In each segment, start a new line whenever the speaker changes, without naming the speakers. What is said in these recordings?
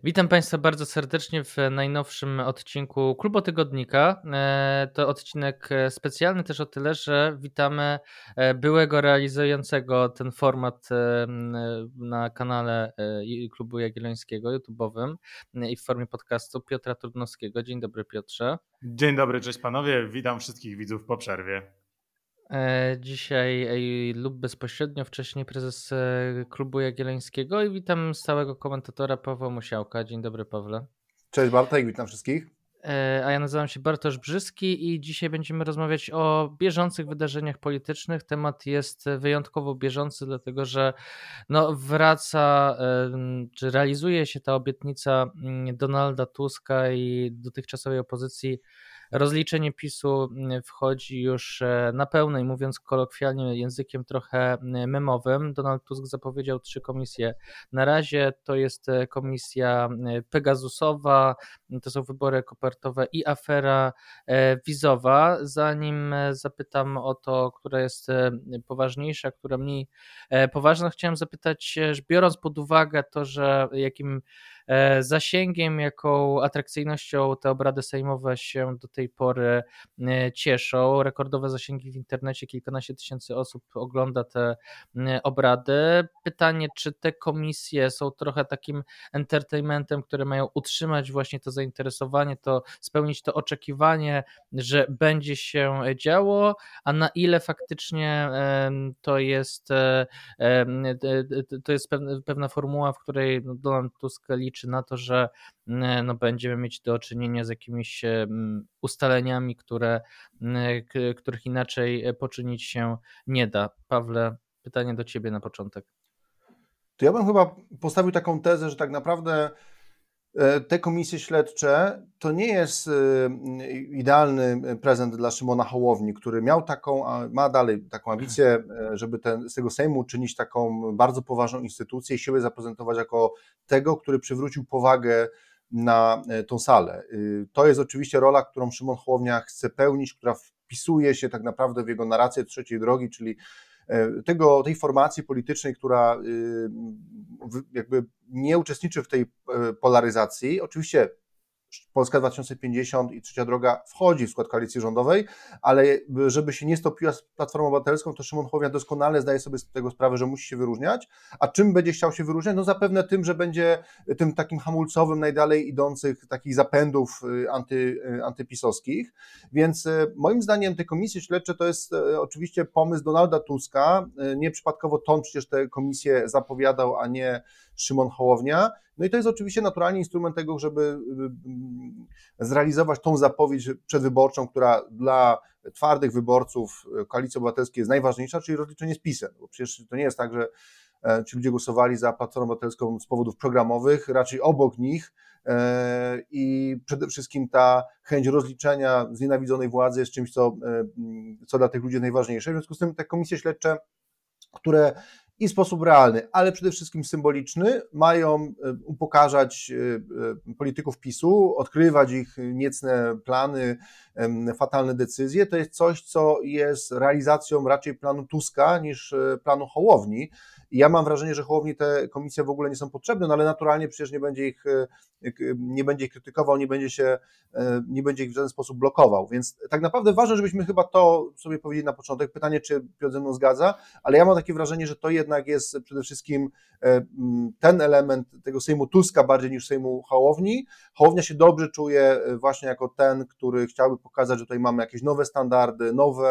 Witam Państwa bardzo serdecznie w najnowszym odcinku Klubotygodnika. To odcinek specjalny też o tyle, że witamy byłego realizującego ten format na kanale Klubu Jagiellońskiego YouTube'owym i w formie podcastu Piotra Trudnowskiego. Dzień dobry, Piotrze.
Dzień dobry, cześć panowie, witam wszystkich widzów po przerwie.
Dzisiaj lub bezpośrednio wcześniej prezes Klubu Jagiellońskiego i witam stałego komentatora Pawła Musiałka. Dzień dobry, Pawle.
Cześć Bartek, witam wszystkich.
A ja nazywam się Bartosz Brzyski i dzisiaj będziemy rozmawiać o bieżących wydarzeniach politycznych. Temat jest wyjątkowo bieżący, dlatego że wraca, czy realizuje się ta obietnica Donalda Tuska i dotychczasowej opozycji. Rozliczenie PiS-u wchodzi już na pełno i mówiąc kolokwialnie językiem trochę memowym, Donald Tusk zapowiedział 3 komisje. Na razie to jest komisja Pegasusowa, to są wybory kopertowe i afera wizowa. Zanim zapytam o to, która jest poważniejsza, która mniej poważna, chciałem zapytać, biorąc pod uwagę to, że jakim zasięgiem, jaką atrakcyjnością te obrady sejmowe się do tej pory cieszą. Rekordowe zasięgi w internecie, kilkanaście tysięcy osób ogląda te obrady. Pytanie, czy te komisje są trochę takim entertainmentem, które mają utrzymać właśnie to zainteresowanie, to spełnić to oczekiwanie, że będzie się działo, a na ile faktycznie to jest pewna formuła, w której Donald Tusk liczy na to, że będziemy mieć do czynienia z jakimiś ustaleniami, których inaczej poczynić się nie da. Pawle, pytanie do ciebie na początek.
To ja bym chyba postawił taką tezę, że tak naprawdę te komisje śledcze to nie jest idealny prezent dla Szymona Hołowni, który ma dalej taką ambicję, żeby z tego Sejmu uczynić taką bardzo poważną instytucję i siebie zaprezentować jako tego, który przywrócił powagę na tą salę. To jest oczywiście rola, którą Szymon Hołownia chce pełnić, która wpisuje się tak naprawdę w jego narrację trzeciej drogi, czyli tej formacji politycznej, która jakby nie uczestniczy w tej polaryzacji. Oczywiście Polska 2050 i Trzecia Droga wchodzi w skład koalicji rządowej, ale żeby się nie stopiła z Platformą Obywatelską, to Szymon Hołownia doskonale zdaje sobie z tego sprawę, że musi się wyróżniać. A czym będzie chciał się wyróżniać? No zapewne tym, że będzie tym takim hamulcowym, najdalej idących takich zapędów antypisowskich. Więc moim zdaniem te komisje śledcze to jest oczywiście pomysł Donalda Tuska. Nieprzypadkowo to on przecież te komisje zapowiadał, a nie Szymon Hołownia. No i to jest oczywiście naturalnie instrument tego, żeby zrealizować tą zapowiedź przedwyborczą, która dla twardych wyborców Koalicji Obywatelskiej jest najważniejsza, czyli rozliczenie z PiS-em. Bo przecież to nie jest tak, że ci ludzie głosowali za Platformą Obywatelską z powodów programowych, raczej obok nich i przede wszystkim ta chęć rozliczenia znienawidzonej władzy jest czymś, co dla tych ludzi jest najważniejsze. W związku z tym te komisje śledcze, które i w sposób realny, ale przede wszystkim symboliczny, mają upokarzać polityków PiS-u, odkrywać ich niecne plany, fatalne decyzje. To jest coś, co jest realizacją raczej planu Tuska niż planu Hołowni. I ja mam wrażenie, że Hołowni te komisje w ogóle nie są potrzebne, no ale naturalnie przecież nie będzie ich krytykował, nie będzie ich w żaden sposób blokował. Więc tak naprawdę ważne, żebyśmy chyba to sobie powiedzieli na początek. Pytanie, czy Piotr ze mną zgadza, ale ja mam takie wrażenie, że to jednak jest przede wszystkim ten element tego Sejmu Tuska bardziej niż Sejmu Hołowni. Hołownia się dobrze czuje właśnie jako ten, który chciałby pokazać, że tutaj mamy jakieś nowe standardy,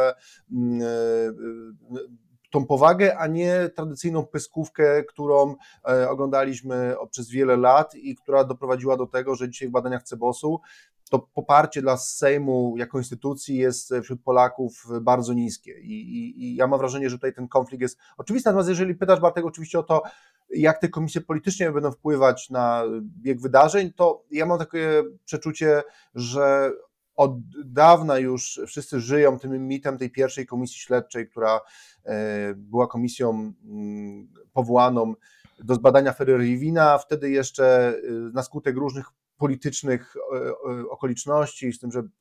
tą powagę, a nie tradycyjną pyskówkę, którą oglądaliśmy przez wiele lat i która doprowadziła do tego, że dzisiaj w badaniach CBOS-u to poparcie dla Sejmu jako instytucji jest wśród Polaków bardzo niskie i ja mam wrażenie, że tutaj ten konflikt jest oczywisty. Natomiast jeżeli pytasz, Bartek, oczywiście o to, jak te komisje politycznie będą wpływać na bieg wydarzeń, to ja mam takie przeczucie, że od dawna już wszyscy żyją tym mitem tej pierwszej komisji śledczej, która była komisją powołaną do zbadania afery Rivina, wtedy jeszcze na skutek różnych politycznych okoliczności, z tym, że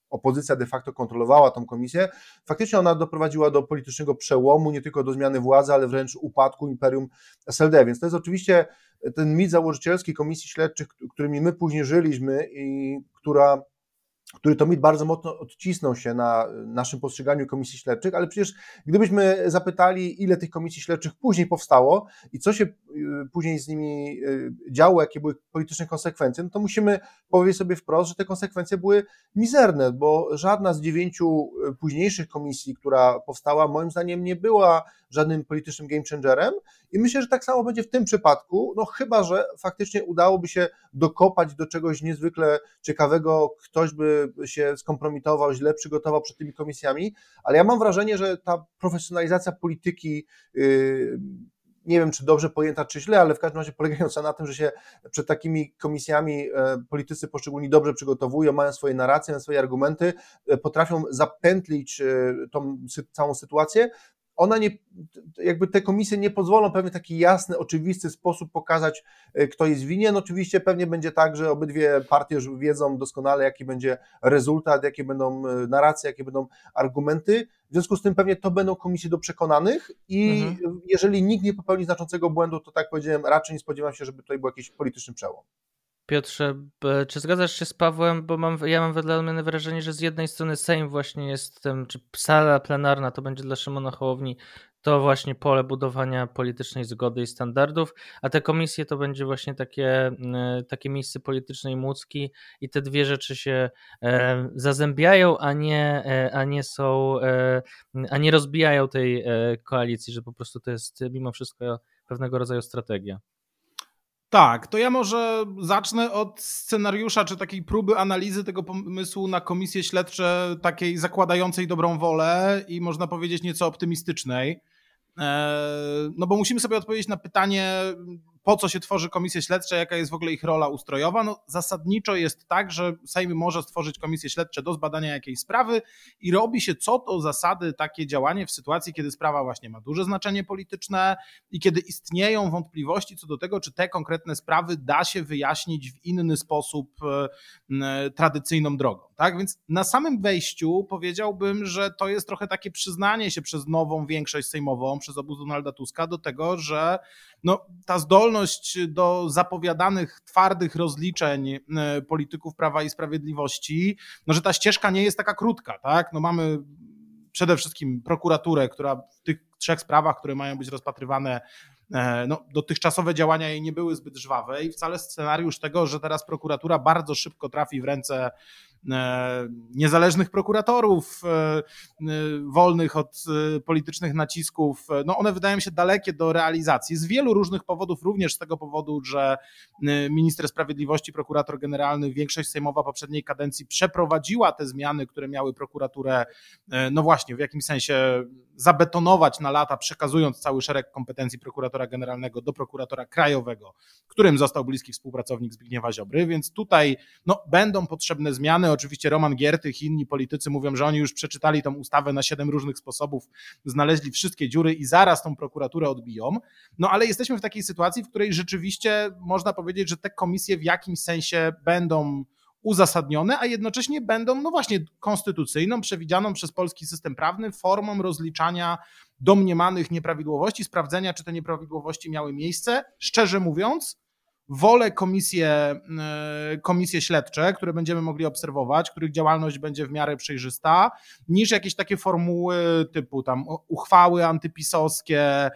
opozycja de facto kontrolowała tą komisję, faktycznie ona doprowadziła do politycznego przełomu, nie tylko do zmiany władzy, ale wręcz upadku imperium SLD, więc to jest oczywiście ten mit założycielski komisji śledczych, którymi my później żyliśmy i który to mit bardzo mocno odcisnął się na naszym postrzeganiu komisji śledczych, ale przecież gdybyśmy zapytali, ile tych komisji śledczych później powstało i co się później z nimi działo, jakie były polityczne konsekwencje, no to musimy powiedzieć sobie wprost, że te konsekwencje były mizerne, bo żadna z 9 późniejszych komisji, która powstała, moim zdaniem nie była żadnym politycznym game changerem i myślę, że tak samo będzie w tym przypadku, no chyba, że faktycznie udałoby się dokopać do czegoś niezwykle ciekawego, ktoś by się skompromitował, źle przygotował przed tymi komisjami, ale ja mam wrażenie, że ta profesjonalizacja polityki, nie wiem czy dobrze pojęta, czy źle, ale w każdym razie polegająca na tym, że się przed takimi komisjami politycy poszczególni dobrze przygotowują, mają swoje narracje, mają swoje argumenty, potrafią zapętlić tą całą sytuację, jakby te komisje nie pozwolą w pewien taki jasny, oczywisty sposób pokazać, kto jest winien. Oczywiście pewnie będzie tak, że obydwie partie już wiedzą doskonale, jaki będzie rezultat, jakie będą narracje, jakie będą argumenty. W związku z tym pewnie to będą komisje do przekonanych i jeżeli nikt nie popełni znaczącego błędu, to tak jak powiedziałem, raczej nie spodziewam się, żeby tutaj był jakiś polityczny przełom.
Piotrze, czy zgadzasz się z Pawłem, bo ja mam dla mnie wrażenie, że z jednej strony Sejm właśnie jest tym, czy sala plenarna to będzie dla Szymona Hołowni to właśnie pole budowania politycznej zgody i standardów, a te komisje to będzie właśnie takie miejsce politycznej mucki i te dwie rzeczy się zazębiają, a nie rozbijają tej koalicji, że po prostu to jest mimo wszystko pewnego rodzaju strategia.
Tak, to ja może zacznę od scenariusza, czy takiej próby analizy tego pomysłu na komisje śledcze, takiej zakładającej dobrą wolę i można powiedzieć nieco optymistycznej. No bo musimy sobie odpowiedzieć na pytanie, po co się tworzy komisje śledcze, jaka jest w ogóle ich rola ustrojowa. No zasadniczo jest tak, że Sejm może stworzyć komisje śledcze do zbadania jakiejś sprawy i robi się co do zasady takie działanie w sytuacji, kiedy sprawa właśnie ma duże znaczenie polityczne i kiedy istnieją wątpliwości co do tego, czy te konkretne sprawy da się wyjaśnić w inny sposób tradycyjną drogą. Tak? Więc na samym wejściu powiedziałbym, że to jest trochę takie przyznanie się przez nową większość sejmową, przez obóz Donalda Tuska do tego, że no, ta zdolność do zapowiadanych twardych rozliczeń polityków Prawa i Sprawiedliwości, no, że ta ścieżka nie jest taka krótka. Tak? No, mamy przede wszystkim prokuraturę, która w tych 3 sprawach, które mają być rozpatrywane, no, dotychczasowe działania jej nie były zbyt żwawe i wcale scenariusz tego, że teraz prokuratura bardzo szybko trafi w ręce niezależnych prokuratorów, wolnych od politycznych nacisków, no one wydają się dalekie do realizacji z wielu różnych powodów, również z tego powodu, że minister sprawiedliwości, prokurator generalny, większość sejmowa poprzedniej kadencji przeprowadziła te zmiany, które miały prokuraturę, no właśnie, w jakimś sensie zabetonować na lata, przekazując cały szereg kompetencji prokuratora generalnego do prokuratora krajowego, którym został bliski współpracownik Zbigniewa Ziobry, więc tutaj no, będą potrzebne zmiany. Oczywiście Roman Giertych i inni politycy mówią, że oni już przeczytali tą ustawę na 7 różnych sposobów, znaleźli wszystkie dziury i zaraz tą prokuraturę odbiją. No ale jesteśmy w takiej sytuacji, w której rzeczywiście można powiedzieć, że te komisje w jakimś sensie będą uzasadnione, a jednocześnie będą, no właśnie, konstytucyjną, przewidzianą przez polski system prawny formą rozliczania domniemanych nieprawidłowości, sprawdzenia, czy te nieprawidłowości miały miejsce. Szczerze mówiąc, wolę komisje śledcze, które będziemy mogli obserwować, których działalność będzie w miarę przejrzysta, niż jakieś takie formuły typu tam uchwały antypisowskie,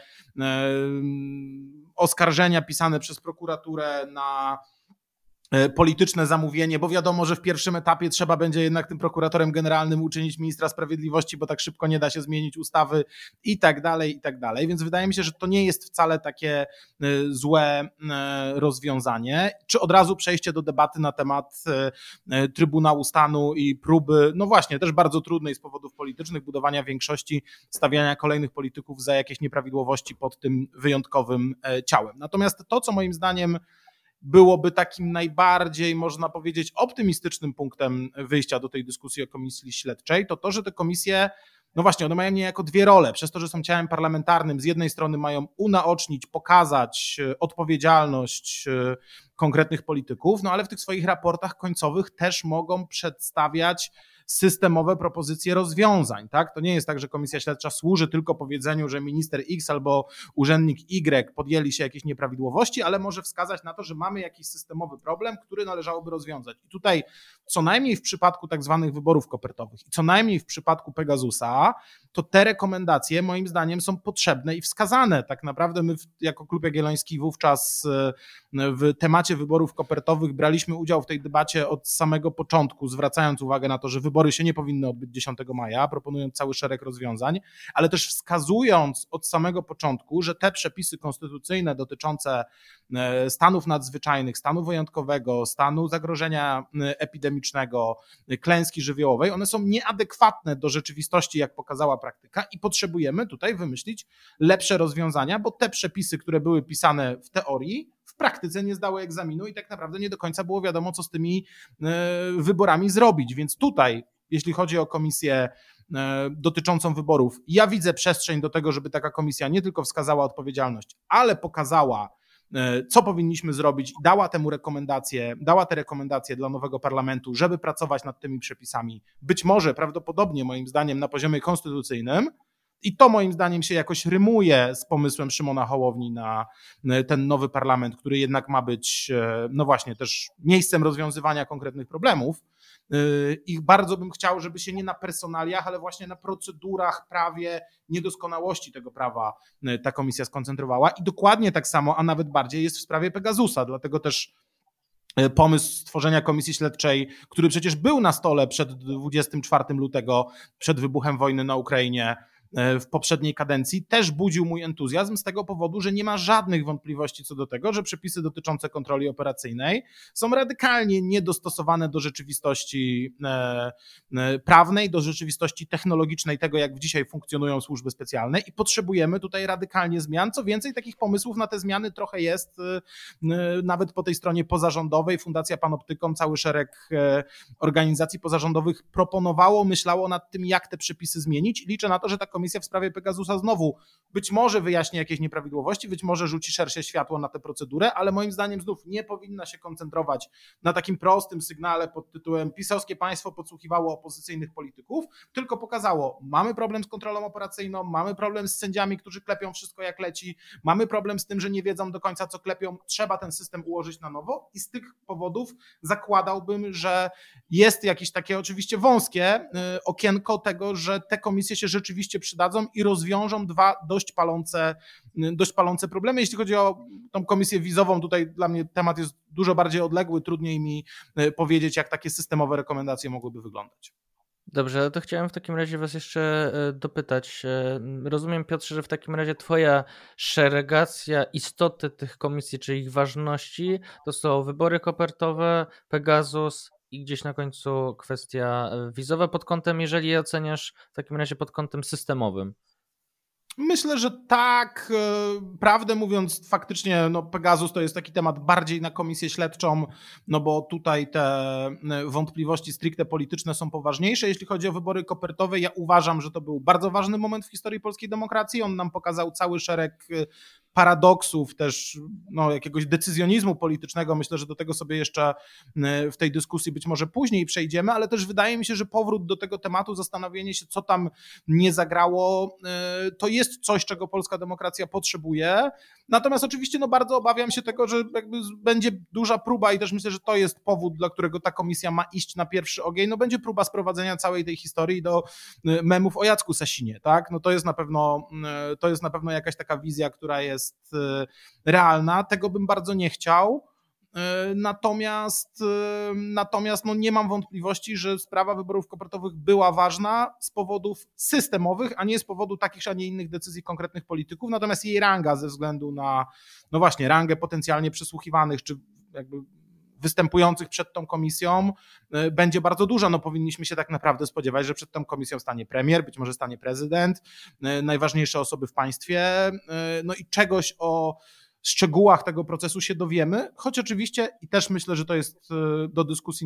oskarżenia pisane przez prokuraturę na polityczne zamówienie, bo wiadomo, że w pierwszym etapie trzeba będzie jednak tym prokuratorem generalnym uczynić ministra sprawiedliwości, bo tak szybko nie da się zmienić ustawy i tak dalej, więc wydaje mi się, że to nie jest wcale takie złe rozwiązanie. Czy od razu przejście do debaty na temat Trybunału Stanu i próby, no właśnie, też bardzo trudnej z powodów politycznych, budowania większości, stawiania kolejnych polityków za jakieś nieprawidłowości pod tym wyjątkowym ciałem. Natomiast to, co moim zdaniem byłoby takim najbardziej, można powiedzieć, optymistycznym punktem wyjścia do tej dyskusji o komisji śledczej, to, że te komisje, no właśnie, one mają niejako 2 role. Przez to, że są ciałem parlamentarnym, z jednej strony mają unaocznić, pokazać odpowiedzialność konkretnych polityków, no ale w tych swoich raportach końcowych też mogą przedstawiać systemowe propozycje rozwiązań, tak? To nie jest tak, że komisja śledcza służy tylko powiedzeniu, że minister X albo urzędnik Y podjęli się jakieś nieprawidłowości, ale może wskazać na to, że mamy jakiś systemowy problem, który należałoby rozwiązać. I tutaj co najmniej w przypadku tak zwanych wyborów kopertowych i co najmniej w przypadku Pegasusa, to te rekomendacje moim zdaniem są potrzebne i wskazane. Tak naprawdę my jako Klub Jagielloński wówczas w temacie wyborów kopertowych braliśmy udział w tej debacie od samego początku, zwracając uwagę na to, że wybory się nie powinny odbyć 10 maja, proponując cały szereg rozwiązań, ale też wskazując od samego początku, że te przepisy konstytucyjne dotyczące stanów nadzwyczajnych, stanu wyjątkowego, stanu zagrożenia epidemicznego, klęski żywiołowej, one są nieadekwatne do rzeczywistości, jak pokazała praktyka i potrzebujemy tutaj wymyślić lepsze rozwiązania, bo te przepisy, które były pisane w teorii, w praktyce nie zdały egzaminu i tak naprawdę nie do końca było wiadomo, co z tymi wyborami zrobić. Więc tutaj, jeśli chodzi o komisję dotyczącą wyborów, ja widzę przestrzeń do tego, żeby taka komisja nie tylko wskazała odpowiedzialność, ale pokazała, co powinniśmy zrobić i dała te rekomendacje dla nowego parlamentu, żeby pracować nad tymi przepisami, być może prawdopodobnie moim zdaniem na poziomie konstytucyjnym. I to moim zdaniem się jakoś rymuje z pomysłem Szymona Hołowni na ten nowy parlament, który jednak ma być, no właśnie, też miejscem rozwiązywania konkretnych problemów. I bardzo bym chciał, żeby się nie na personaliach, ale właśnie na procedurach, prawie, niedoskonałości tego prawa ta komisja skoncentrowała. I dokładnie tak samo, a nawet bardziej jest w sprawie Pegasusa, dlatego też pomysł stworzenia komisji śledczej, który przecież był na stole przed 24 lutego, przed wybuchem wojny na Ukrainie, w poprzedniej kadencji, też budził mój entuzjazm z tego powodu, że nie ma żadnych wątpliwości co do tego, że przepisy dotyczące kontroli operacyjnej są radykalnie niedostosowane do rzeczywistości prawnej, do rzeczywistości technologicznej, tego jak dzisiaj funkcjonują służby specjalne i potrzebujemy tutaj radykalnie zmian. Co więcej, takich pomysłów na te zmiany trochę jest nawet po tej stronie pozarządowej. Fundacja Panoptykon, cały szereg organizacji pozarządowych proponowało, myślało nad tym, jak te przepisy zmienić i liczę na to, że ta komisja w sprawie Pegasusa znowu być może wyjaśni jakieś nieprawidłowości, być może rzuci szersze światło na tę procedurę, ale moim zdaniem znów nie powinna się koncentrować na takim prostym sygnale pod tytułem pisowskie państwo podsłuchiwało opozycyjnych polityków, tylko pokazało, mamy problem z kontrolą operacyjną, mamy problem z sędziami, którzy klepią wszystko jak leci, mamy problem z tym, że nie wiedzą do końca co klepią, trzeba ten system ułożyć na nowo i z tych powodów zakładałbym, że jest jakieś takie oczywiście wąskie okienko tego, że te komisje się rzeczywiście przydadzą i rozwiążą dwa dość palące problemy. Jeśli chodzi o tą komisję wizową, tutaj dla mnie temat jest dużo bardziej odległy, trudniej mi powiedzieć, jak takie systemowe rekomendacje mogłyby wyglądać.
Dobrze, to chciałem w takim razie was jeszcze dopytać. Rozumiem, Piotrze, że w takim razie twoja szeregacja istoty tych komisji, czy ich ważności, to są wybory kopertowe, Pegasus i gdzieś na końcu kwestia wizowa pod kątem, jeżeli je oceniasz w takim razie pod kątem systemowym.
Myślę, że tak. Prawdę mówiąc, faktycznie Pegasus to jest taki temat bardziej na komisję śledczą, bo tutaj te wątpliwości stricte polityczne są poważniejsze. Jeśli chodzi o wybory kopertowe, ja uważam, że to był bardzo ważny moment w historii polskiej demokracji. On nam pokazał cały szereg paradoksów, też jakiegoś decyzjonizmu politycznego. Myślę, że do tego sobie jeszcze w tej dyskusji być może później przejdziemy, ale też wydaje mi się, że powrót do tego tematu, zastanowienie się, co tam nie zagrało, to jest coś, czego polska demokracja potrzebuje. Natomiast oczywiście bardzo obawiam się tego, że jakby będzie duża próba i też myślę, że to jest powód, dla którego ta komisja ma iść na pierwszy ogień. Będzie próba sprowadzenia całej tej historii do memów o Jacku Sasinie, tak? To jest na pewno jakaś taka wizja, która jest realna. Tego bym bardzo nie chciał. Natomiast nie mam wątpliwości, że sprawa wyborów kopertowych była ważna z powodów systemowych, a nie z powodu takich, a nie innych decyzji konkretnych polityków. Natomiast jej ranga ze względu na, właśnie, rangę potencjalnie przesłuchiwanych, czy jakby występujących przed tą komisją będzie bardzo duża. Powinniśmy się tak naprawdę spodziewać, że przed tą komisją stanie premier, być może stanie prezydent, najważniejsze osoby w państwie, i czegoś o szczegółach tego procesu się dowiemy, choć oczywiście i też myślę, że to jest do dyskusji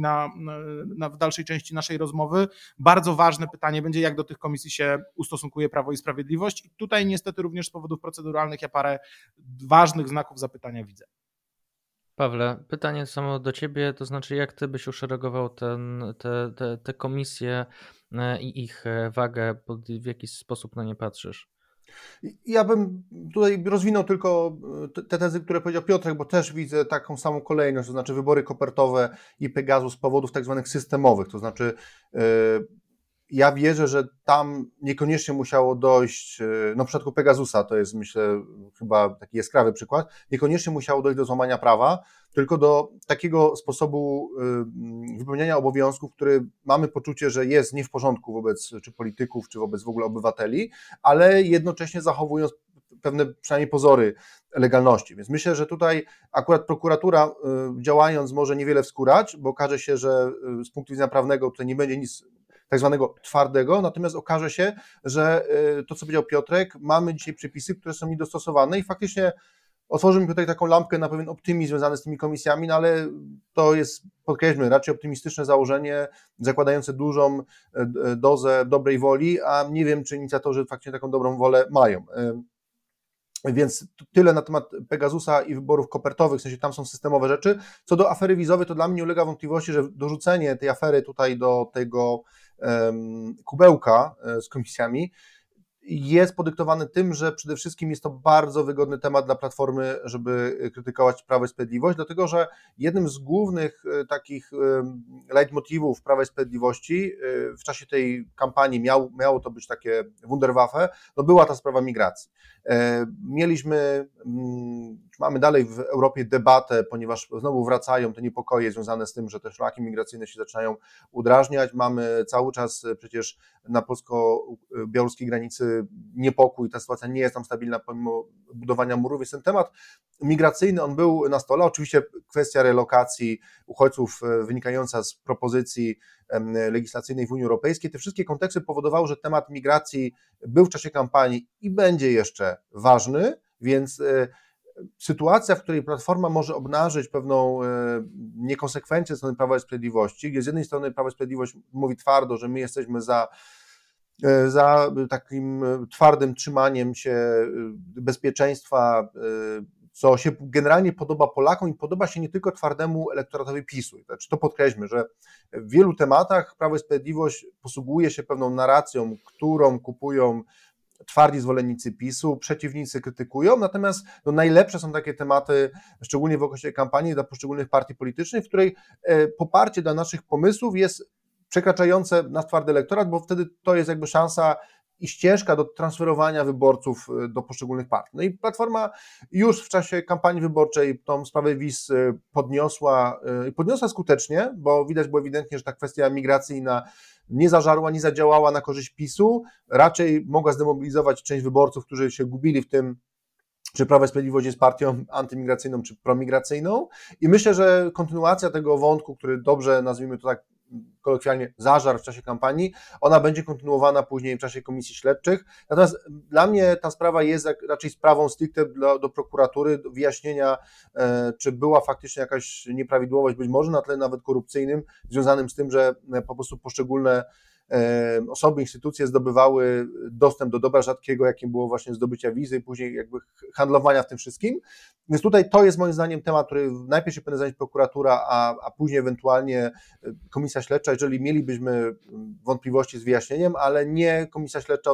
w dalszej części naszej rozmowy, bardzo ważne pytanie będzie, jak do tych komisji się ustosunkuje Prawo i Sprawiedliwość i tutaj niestety również z powodów proceduralnych ja parę ważnych znaków zapytania widzę.
Pawle, pytanie samo do ciebie, to znaczy jak ty byś uszeregował te komisje i ich wagę, w jaki sposób na nie patrzysz?
Ja bym tutaj rozwinął tylko te tezy, które powiedział Piotrek, bo też widzę taką samą kolejność, to znaczy wybory kopertowe i Pegasus z powodów tak zwanych systemowych, to znaczy ja wierzę, że tam niekoniecznie musiało dojść, no w przypadku Pegasusa to jest myślę chyba taki jaskrawy przykład, niekoniecznie musiało dojść do złamania prawa, tylko do takiego sposobu wypełniania obowiązków, który mamy poczucie, że jest nie w porządku wobec czy polityków, czy wobec w ogóle obywateli, ale jednocześnie zachowując pewne przynajmniej pozory legalności. Więc myślę, że tutaj akurat prokuratura działając może niewiele wskórać, bo okaże się, że z punktu widzenia prawnego tutaj nie będzie nic tak zwanego twardego, natomiast okaże się, że to, co powiedział Piotrek, mamy dzisiaj przepisy, które są niedostosowane i faktycznie otworzył mi tutaj taką lampkę na pewien optymizm związany z tymi komisjami, no ale to jest, podkreślmy, raczej optymistyczne założenie, zakładające dużą dozę dobrej woli, a nie wiem, czy inicjatorzy faktycznie taką dobrą wolę mają. Więc tyle na temat Pegasusa i wyborów kopertowych, w sensie tam są systemowe rzeczy. Co do afery wizowej, to dla mnie nie ulega wątpliwości, że dorzucenie tej afery tutaj do tego kubełka z komisjami jest podyktowane tym, że przede wszystkim jest to bardzo wygodny temat dla Platformy, żeby krytykować Prawo i Sprawiedliwość, dlatego że jednym z głównych takich leitmotywów Prawa i Sprawiedliwości w czasie tej kampanii miało to być takie Wunderwaffe, no była ta sprawa migracji. Mamy dalej w Europie debatę, ponieważ znowu wracają te niepokoje związane z tym, że te szlaki migracyjne się zaczynają udrażniać. Mamy cały czas przecież na polsko-białoruskiej granicy niepokój, ta sytuacja nie jest tam stabilna pomimo budowania murów, więc ten temat migracyjny, on był na stole. Oczywiście kwestia relokacji uchodźców wynikająca z propozycji legislacyjnej w Unii Europejskiej, te wszystkie konteksty powodowały, że temat migracji był w czasie kampanii i będzie jeszcze ważny, więc sytuacja, w której Platforma może obnażyć pewną niekonsekwencję ze strony Prawa i Sprawiedliwości, gdzie z jednej strony Prawo i Sprawiedliwość mówi twardo, że my jesteśmy za takim twardym trzymaniem się bezpieczeństwa, co się generalnie podoba Polakom i podoba się nie tylko twardemu elektoratowi PiS-u. Znaczy, to podkreślmy, że w wielu tematach Prawo i Sprawiedliwość posługuje się pewną narracją, którą kupują twardzi zwolennicy PiS-u, przeciwnicy krytykują, natomiast najlepsze są takie tematy, szczególnie w okresie kampanii dla poszczególnych partii politycznych, w której poparcie dla naszych pomysłów jest przekraczające nasz twardy elektorat, bo wtedy to jest jakby szansa i ścieżka do transferowania wyborców do poszczególnych partii. No i Platforma już w czasie kampanii wyborczej tą sprawę wiz podniosła skutecznie, bo widać było ewidentnie, że ta kwestia migracyjna nie zażarła, nie zadziałała na korzyść PiS-u, raczej mogła zdemobilizować część wyborców, którzy się gubili w tym, czy Prawo i Sprawiedliwość jest partią antymigracyjną, czy promigracyjną i myślę, że kontynuacja tego wątku, który dobrze, nazwijmy to tak kolokwialnie, zażarł w czasie kampanii, ona będzie kontynuowana później w czasie komisji śledczych. Natomiast dla mnie ta sprawa jest raczej sprawą stricte do prokuratury, do wyjaśnienia, czy była faktycznie jakaś nieprawidłowość, być może na tle nawet korupcyjnym, związanym z tym, że po prostu poszczególne osoby, instytucje zdobywały dostęp do dobra rzadkiego, jakim było właśnie zdobycia wizy i później jakby handlowania w tym wszystkim. Więc tutaj to jest moim zdaniem temat, który najpierw się powinna zająć prokuratura, a później ewentualnie komisja śledcza, jeżeli mielibyśmy wątpliwości z wyjaśnieniem, ale nie komisja śledcza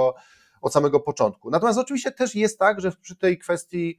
od samego początku. Natomiast oczywiście też jest tak, że przy tej kwestii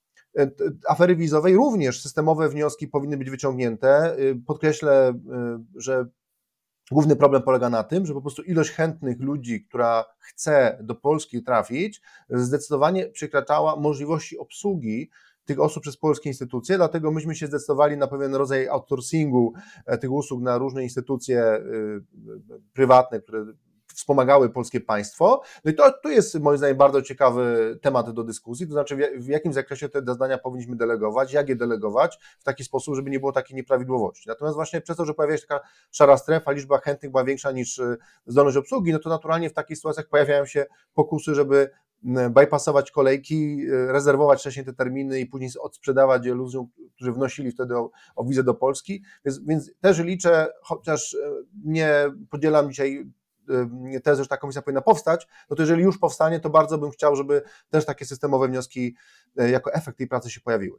afery wizowej również systemowe wnioski powinny być wyciągnięte. Podkreślę, że główny problem polega na tym, że po prostu ilość chętnych ludzi, która chce do Polski trafić, zdecydowanie przekraczała możliwości obsługi tych osób przez polskie instytucje, dlatego myśmy się zdecydowali na pewien rodzaj outsourcingu tych usług na różne instytucje prywatne, które wspomagały polskie państwo. No i to jest moim zdaniem bardzo ciekawy temat do dyskusji, to znaczy w jakim zakresie te zadania powinniśmy delegować, jak je delegować w taki sposób, żeby nie było takiej nieprawidłowości. Natomiast właśnie przez to, że pojawia się taka szara strefa, liczba chętnych była większa niż zdolność obsługi, no to naturalnie w takich sytuacjach pojawiają się pokusy, żeby bypassować kolejki, rezerwować wcześniej te terminy i później odsprzedawać je ludziom, którzy wnosili wtedy o wizę do Polski, więc też liczę, chociaż nie podzielam dzisiaj tezę, że ta komisja powinna powstać, no to jeżeli już powstanie, to bardzo bym chciał, żeby też takie systemowe wnioski jako efekt tej pracy się pojawiły.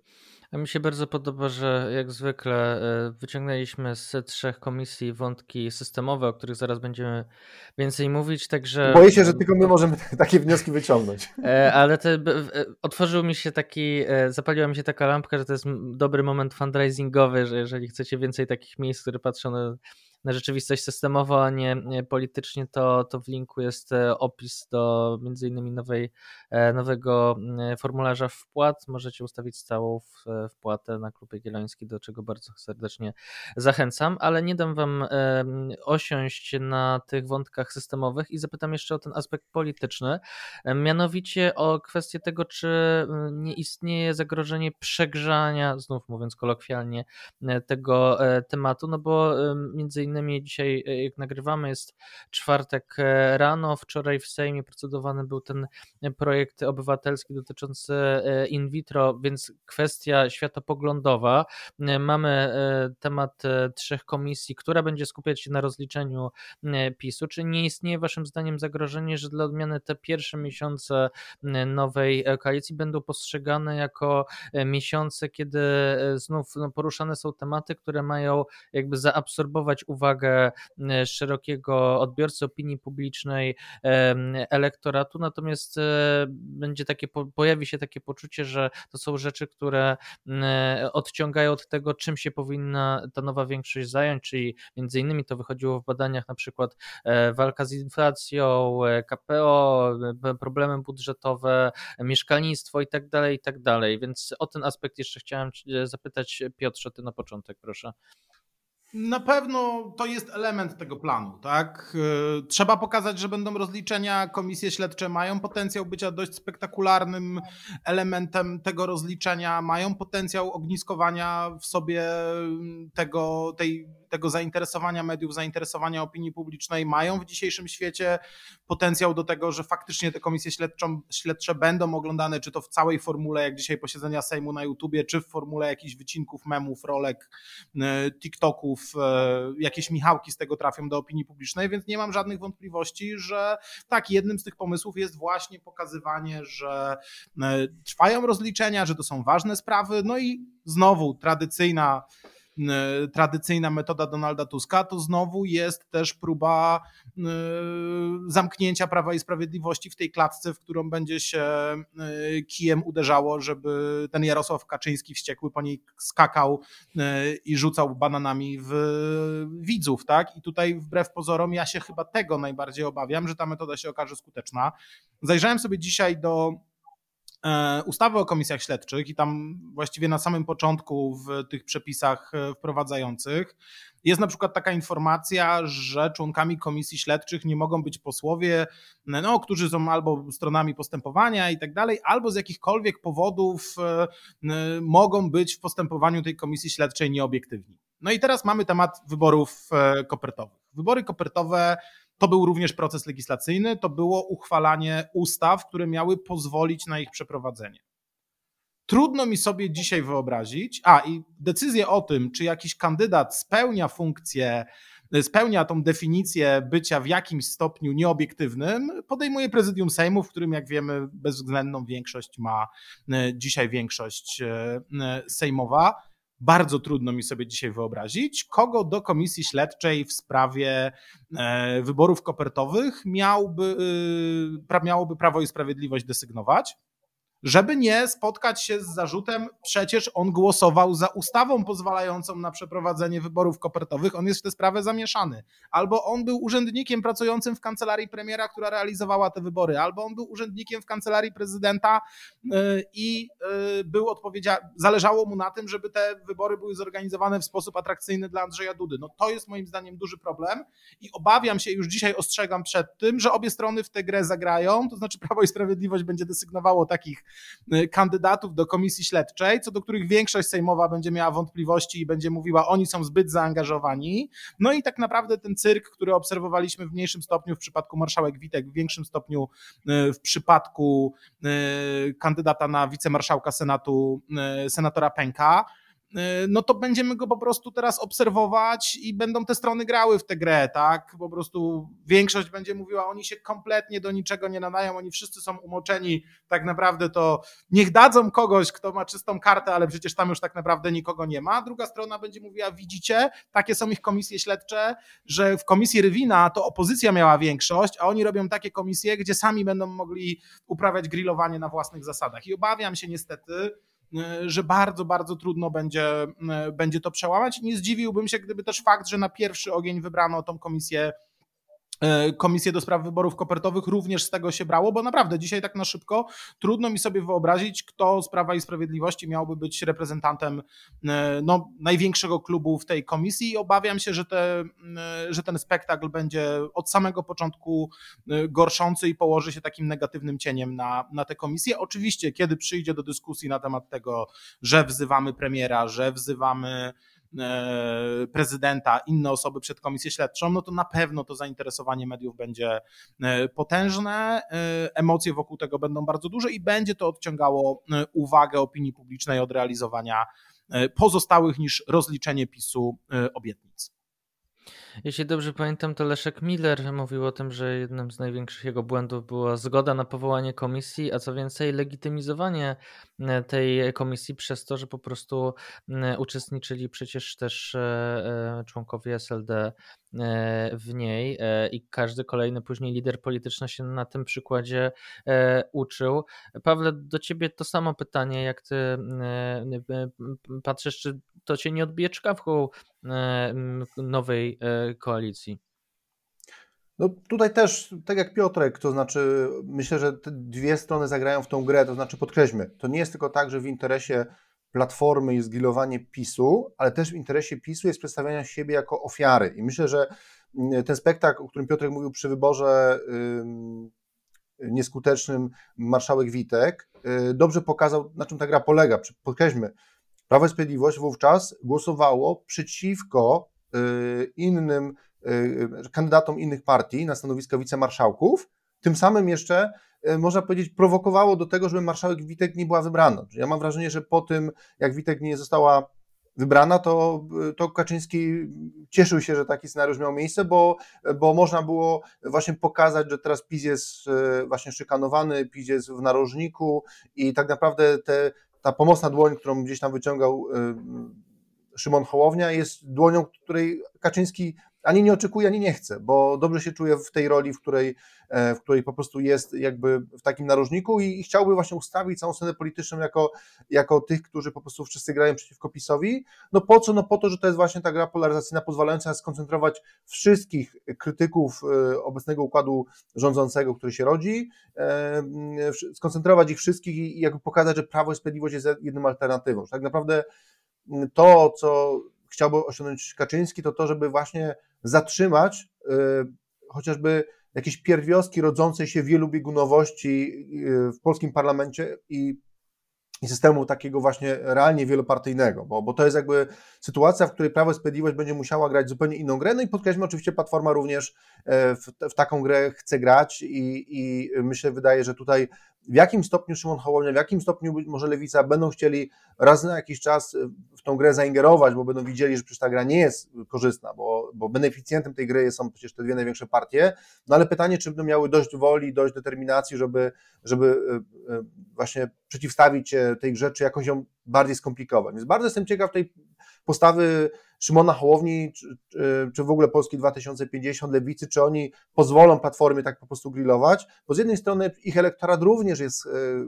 A mi się bardzo podoba, że jak zwykle wyciągnęliśmy z 3 komisji wątki systemowe, o których zaraz będziemy więcej mówić, także...
Boję się, że tylko my możemy takie wnioski wyciągnąć.
Ale otworzył mi się zapaliła mi się taka lampka, że to jest dobry moment fundraisingowy, że jeżeli chcecie więcej takich miejsc, które patrzą na rzeczywistość systemowo, a nie politycznie, to w linku jest opis do między innymi nowego formularza wpłat. Możecie ustawić stałą wpłatę na Klub Jagielloński, do czego bardzo serdecznie zachęcam, ale nie dam wam osiąść na tych wątkach systemowych i zapytam jeszcze o ten aspekt polityczny, mianowicie o kwestię tego, czy nie istnieje zagrożenie przegrzania, znów mówiąc kolokwialnie, tego tematu, no bo między innymi dzisiaj, jak nagrywamy, jest czwartek rano, wczoraj w Sejmie procedowany był ten projekt obywatelski dotyczący in vitro, więc kwestia światopoglądowa. Mamy temat 3 komisji, która będzie skupiać się na rozliczeniu PiS-u. Czy nie istnieje waszym zdaniem zagrożenie, że dla odmiany te pierwsze miesiące nowej koalicji będą postrzegane jako miesiące, kiedy znów poruszane są tematy, które mają jakby zaabsorbować uwagę szerokiego odbiorcy opinii publicznej, elektoratu, natomiast pojawi się takie poczucie, że to są rzeczy, które odciągają od tego, czym się powinna ta nowa większość zająć, czyli między innymi to wychodziło w badaniach, na przykład walka z inflacją, KPO, problemy budżetowe, mieszkalnictwo i tak dalej, więc o ten aspekt jeszcze chciałem zapytać, Piotrze, ty na początek, proszę.
Na pewno to jest element tego planu, tak? Trzeba pokazać, że będą rozliczenia, komisje śledcze mają potencjał bycia dość spektakularnym elementem tego rozliczenia, mają potencjał ogniskowania w sobie tego zainteresowania mediów, zainteresowania opinii publicznej, mają w dzisiejszym świecie potencjał do tego, że faktycznie te komisje śledcze będą oglądane, czy to w całej formule, jak dzisiaj posiedzenia Sejmu na YouTubie, czy w formule jakichś wycinków, memów, rolek, TikToków, jakieś Michałki z tego trafią do opinii publicznej, więc nie mam żadnych wątpliwości, że tak, jednym z tych pomysłów jest właśnie pokazywanie, że trwają rozliczenia, że to są ważne sprawy, no i znowu tradycyjna metoda Donalda Tuska, to znowu jest też próba zamknięcia Prawa i Sprawiedliwości w tej klatce, w którą będzie się kijem uderzało, żeby ten Jarosław Kaczyński wściekły po niej skakał i rzucał bananami w widzów, tak? I tutaj wbrew pozorom ja się chyba tego najbardziej obawiam, że ta metoda się okaże skuteczna. Zajrzałem sobie dzisiaj do ustawy o komisjach śledczych i tam właściwie na samym początku w tych przepisach wprowadzających jest na przykład taka informacja, że członkami komisji śledczych nie mogą być posłowie, którzy są albo stronami postępowania i tak dalej, albo z jakichkolwiek powodów mogą być w postępowaniu tej komisji śledczej nieobiektywni. No i teraz mamy temat wyborów kopertowych. Wybory kopertowe to był również proces legislacyjny, to było uchwalanie ustaw, które miały pozwolić na ich przeprowadzenie. Trudno mi sobie dzisiaj wyobrazić, i decyzję o tym, czy jakiś kandydat spełnia tą definicję bycia w jakimś stopniu nieobiektywnym, podejmuje Prezydium Sejmu, w którym, jak wiemy, bezwzględną większość ma dzisiaj większość sejmowa. Bardzo trudno mi sobie dzisiaj wyobrazić, kogo do komisji śledczej w sprawie wyborów kopertowych miałoby Prawo i Sprawiedliwość desygnować, żeby nie spotkać się z zarzutem, przecież on głosował za ustawą pozwalającą na przeprowadzenie wyborów kopertowych, on jest w tę sprawę zamieszany. Albo on był urzędnikiem pracującym w kancelarii premiera, która realizowała te wybory, albo on był urzędnikiem w kancelarii prezydenta i zależało mu na tym, żeby te wybory były zorganizowane w sposób atrakcyjny dla Andrzeja Dudy. No to jest moim zdaniem duży problem i obawiam się, już dzisiaj ostrzegam przed tym, że obie strony w tę grę zagrają, to znaczy Prawo i Sprawiedliwość będzie desygnowało takich kandydatów do komisji śledczej, co do których większość sejmowa będzie miała wątpliwości i będzie mówiła, oni są zbyt zaangażowani. No i tak naprawdę ten cyrk, który obserwowaliśmy w mniejszym stopniu w przypadku marszałek Witek, w większym stopniu w przypadku kandydata na wicemarszałka Senatu, senatora Pęka, no to będziemy go po prostu teraz obserwować i będą te strony grały w tę grę, tak? Po prostu większość będzie mówiła, oni się kompletnie do niczego nie nadają, oni wszyscy są umoczeni, tak naprawdę to niech dadzą kogoś, kto ma czystą kartę, ale przecież tam już tak naprawdę nikogo nie ma. Druga strona będzie mówiła, widzicie, takie są ich komisje śledcze, że w komisji Rywina to opozycja miała większość, a oni robią takie komisje, gdzie sami będą mogli uprawiać grillowanie na własnych zasadach. I obawiam się niestety, że bardzo, bardzo trudno będzie to przełamać. Nie zdziwiłbym się, gdyby też fakt, że na pierwszy ogień wybrano tą komisję do spraw wyborów kopertowych również z tego się brało, bo naprawdę dzisiaj tak na szybko trudno mi sobie wyobrazić, kto z Prawa i Sprawiedliwości miałby być reprezentantem największego klubu w tej komisji i obawiam się, że ten spektakl będzie od samego początku gorszący i położy się takim negatywnym cieniem na tę komisję. Oczywiście, kiedy przyjdzie do dyskusji na temat tego, że wzywamy premiera, że wzywamy prezydenta, inne osoby przed komisję śledczą, no to na pewno to zainteresowanie mediów będzie potężne, emocje wokół tego będą bardzo duże i będzie to odciągało uwagę opinii publicznej od realizowania pozostałych niż rozliczenie PiS-u obietnic.
Jeśli dobrze pamiętam, to Leszek Miller mówił o tym, że jednym z największych jego błędów była zgoda na powołanie komisji, a co więcej legitymizowanie tej komisji przez to, że po prostu uczestniczyli przecież też członkowie SLD w niej i każdy kolejny później lider polityczny się na tym przykładzie uczył. Pawle, do ciebie to samo pytanie, jak ty patrzysz, czy to cię nie odbije czkawką nowej koalicji?
No tutaj też, tak jak Piotrek, to znaczy myślę, że te dwie strony zagrają w tą grę, to znaczy podkreślmy, to nie jest tylko tak, że w interesie Platformy jest grillowanie PiS-u, ale też w interesie PiS-u jest przedstawianie siebie jako ofiary i myślę, że ten spektakl, o którym Piotrek mówił przy wyborze nieskutecznym marszałek Witek, dobrze pokazał, na czym ta gra polega. Podkreślmy, Prawo i Sprawiedliwość wówczas głosowało przeciwko innym kandydatom innych partii na stanowiska wicemarszałków, tym samym jeszcze, można powiedzieć, prowokowało do tego, żeby marszałek Witek nie była wybrana. Ja mam wrażenie, że po tym, jak Witek nie została wybrana, to Kaczyński cieszył się, że taki scenariusz miał miejsce, bo można było właśnie pokazać, że teraz PiS jest właśnie szykanowany, PiS jest w narożniku i tak naprawdę ta pomocna dłoń, którą gdzieś tam wyciągał Szymon Hołownia, jest dłonią, której Kaczyński ani nie oczekuje, ani nie chce, bo dobrze się czuje w tej roli, w której po prostu jest jakby w takim narożniku i chciałby właśnie ustawić całą scenę polityczną jako tych, którzy po prostu wszyscy grają przeciwko PiS-owi. No po co? No po to, że to jest właśnie ta gra polaryzacyjna pozwalająca skoncentrować wszystkich krytyków obecnego układu rządzącego, który się rodzi, skoncentrować ich wszystkich i jakby pokazać, że Prawo i Sprawiedliwość jest jedną alternatywą. Że tak naprawdę to, co chciałby osiągnąć Kaczyński, to żeby właśnie zatrzymać chociażby jakieś pierwiastki rodzącej się wielobiegunowości w polskim parlamencie i systemu takiego właśnie realnie wielopartyjnego, bo to jest jakby sytuacja, w której Prawo i Sprawiedliwość będzie musiała grać zupełnie inną grę, no i podkreślmy, oczywiście Platforma również w taką grę chce grać i myślę, wydaje, że tutaj w jakim stopniu Szymon Hołownia, w jakim stopniu może Lewica będą chcieli raz na jakiś czas w tą grę zaingerować, bo będą widzieli, że przecież ta gra nie jest korzystna, bo beneficjentem tej gry są przecież te dwie największe partie, no ale pytanie, czy będą miały dość woli, dość determinacji, żeby właśnie przeciwstawić się tej grze, czy jakoś ją bardziej skomplikować. Więc bardzo jestem ciekaw tej postawy Szymona Hołowni, czy w ogóle Polski 2050, Lewicy, czy oni pozwolą Platformie tak po prostu grillować, bo z jednej strony ich elektorat również jest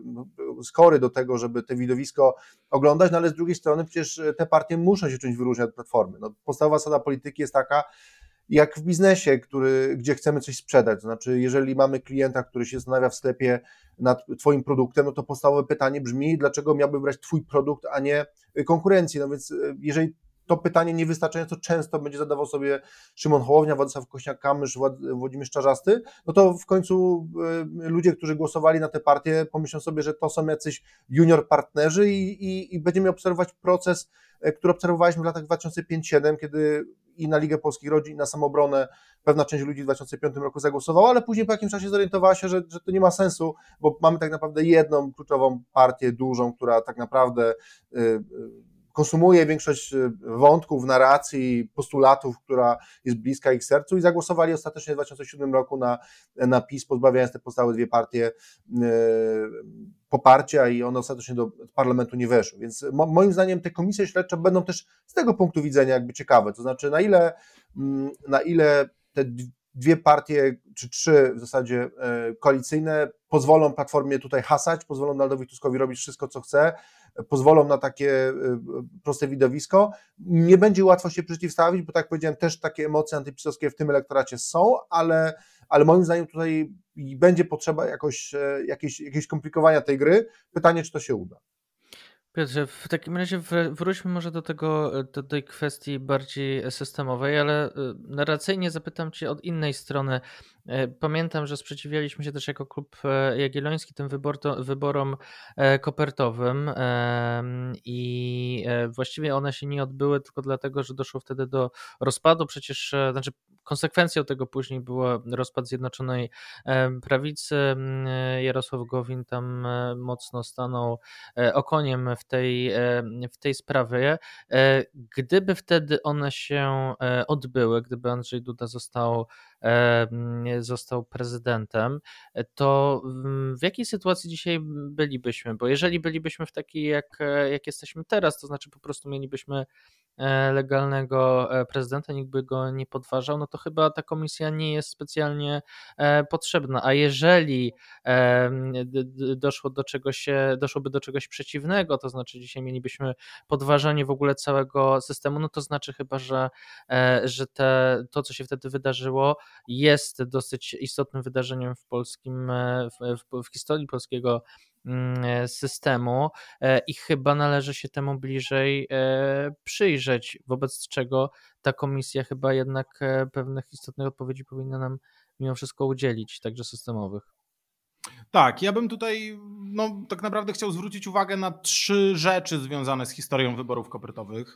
skory do tego, żeby te widowisko oglądać, no ale z drugiej strony przecież te partie muszą się czymś wyróżniać od Platformy. No, podstawowa zasada polityki jest taka, jak w biznesie, gdzie chcemy coś sprzedać, to znaczy jeżeli mamy klienta, który się zastanawia w sklepie nad twoim produktem, no to podstawowe pytanie brzmi, dlaczego miałby brać twój produkt, a nie konkurencji, no więc jeżeli to pytanie niewystarczająco często będzie zadawał sobie Szymon Hołownia, Władysław Kosiniak-Kamysz, Włodzimierz Czarzasty, no to w końcu ludzie, którzy głosowali na tę partię, pomyślą sobie, że to są jacyś junior partnerzy i będziemy obserwować proces, który obserwowaliśmy w latach 2005-2007, kiedy i na Ligę Polskich Rodzin, i na Samoobronę pewna część ludzi w 2005 roku zagłosowała, ale później po jakimś czasie zorientowała się, że to nie ma sensu, bo mamy tak naprawdę jedną kluczową partię dużą, która tak naprawdę konsumuje większość wątków, narracji, postulatów, która jest bliska ich sercu i zagłosowali ostatecznie w 2007 roku na PiS, pozbawiając te pozostałe dwie partie poparcia i one ostatecznie do parlamentu nie weszły. Więc moim zdaniem te komisje śledcze będą też z tego punktu widzenia jakby ciekawe, to znaczy na ile te dwie partie, czy trzy w zasadzie koalicyjne pozwolą Platformie tutaj hasać, pozwolą Donaldowi Tuskowi robić wszystko, co chce, pozwolą na takie proste widowisko. Nie będzie łatwo się przeciwstawić, bo tak jak powiedziałem, też takie emocje antypisowskie w tym elektoracie są, ale moim zdaniem tutaj będzie potrzeba jakiegoś komplikowania tej gry. Pytanie, czy to się uda.
Piotrze, w takim razie wróćmy może do tej kwestii bardziej systemowej, ale narracyjnie zapytam Cię od innej strony. Pamiętam, że sprzeciwialiśmy się też jako klub Jagielloński tym wyborom kopertowym i właściwie one się nie odbyły tylko dlatego, że doszło wtedy do rozpadu. Przecież, znaczy konsekwencją tego później był rozpad Zjednoczonej Prawicy. Jarosław Gowin tam mocno stanął okoniem w tej sprawie. Gdyby wtedy one się odbyły, gdyby Andrzej Duda został prezydentem, to w jakiej sytuacji dzisiaj bylibyśmy? Bo jeżeli bylibyśmy w takiej, jak jesteśmy teraz, to znaczy po prostu mielibyśmy legalnego prezydenta, nikt by go nie podważał, no to chyba ta komisja nie jest specjalnie potrzebna. A jeżeli doszłoby do czegoś przeciwnego, to znaczy dzisiaj mielibyśmy podważanie w ogóle całego systemu, no to znaczy chyba, że to, co się wtedy wydarzyło, jest dosyć istotnym wydarzeniem w historii polskiego systemu i chyba należy się temu bliżej przyjrzeć, wobec czego ta komisja chyba jednak pewnych istotnych odpowiedzi powinna nam mimo wszystko udzielić, także systemowych.
Tak, ja bym tutaj tak naprawdę chciał zwrócić uwagę na 3 rzeczy związane z historią wyborów kopertowych.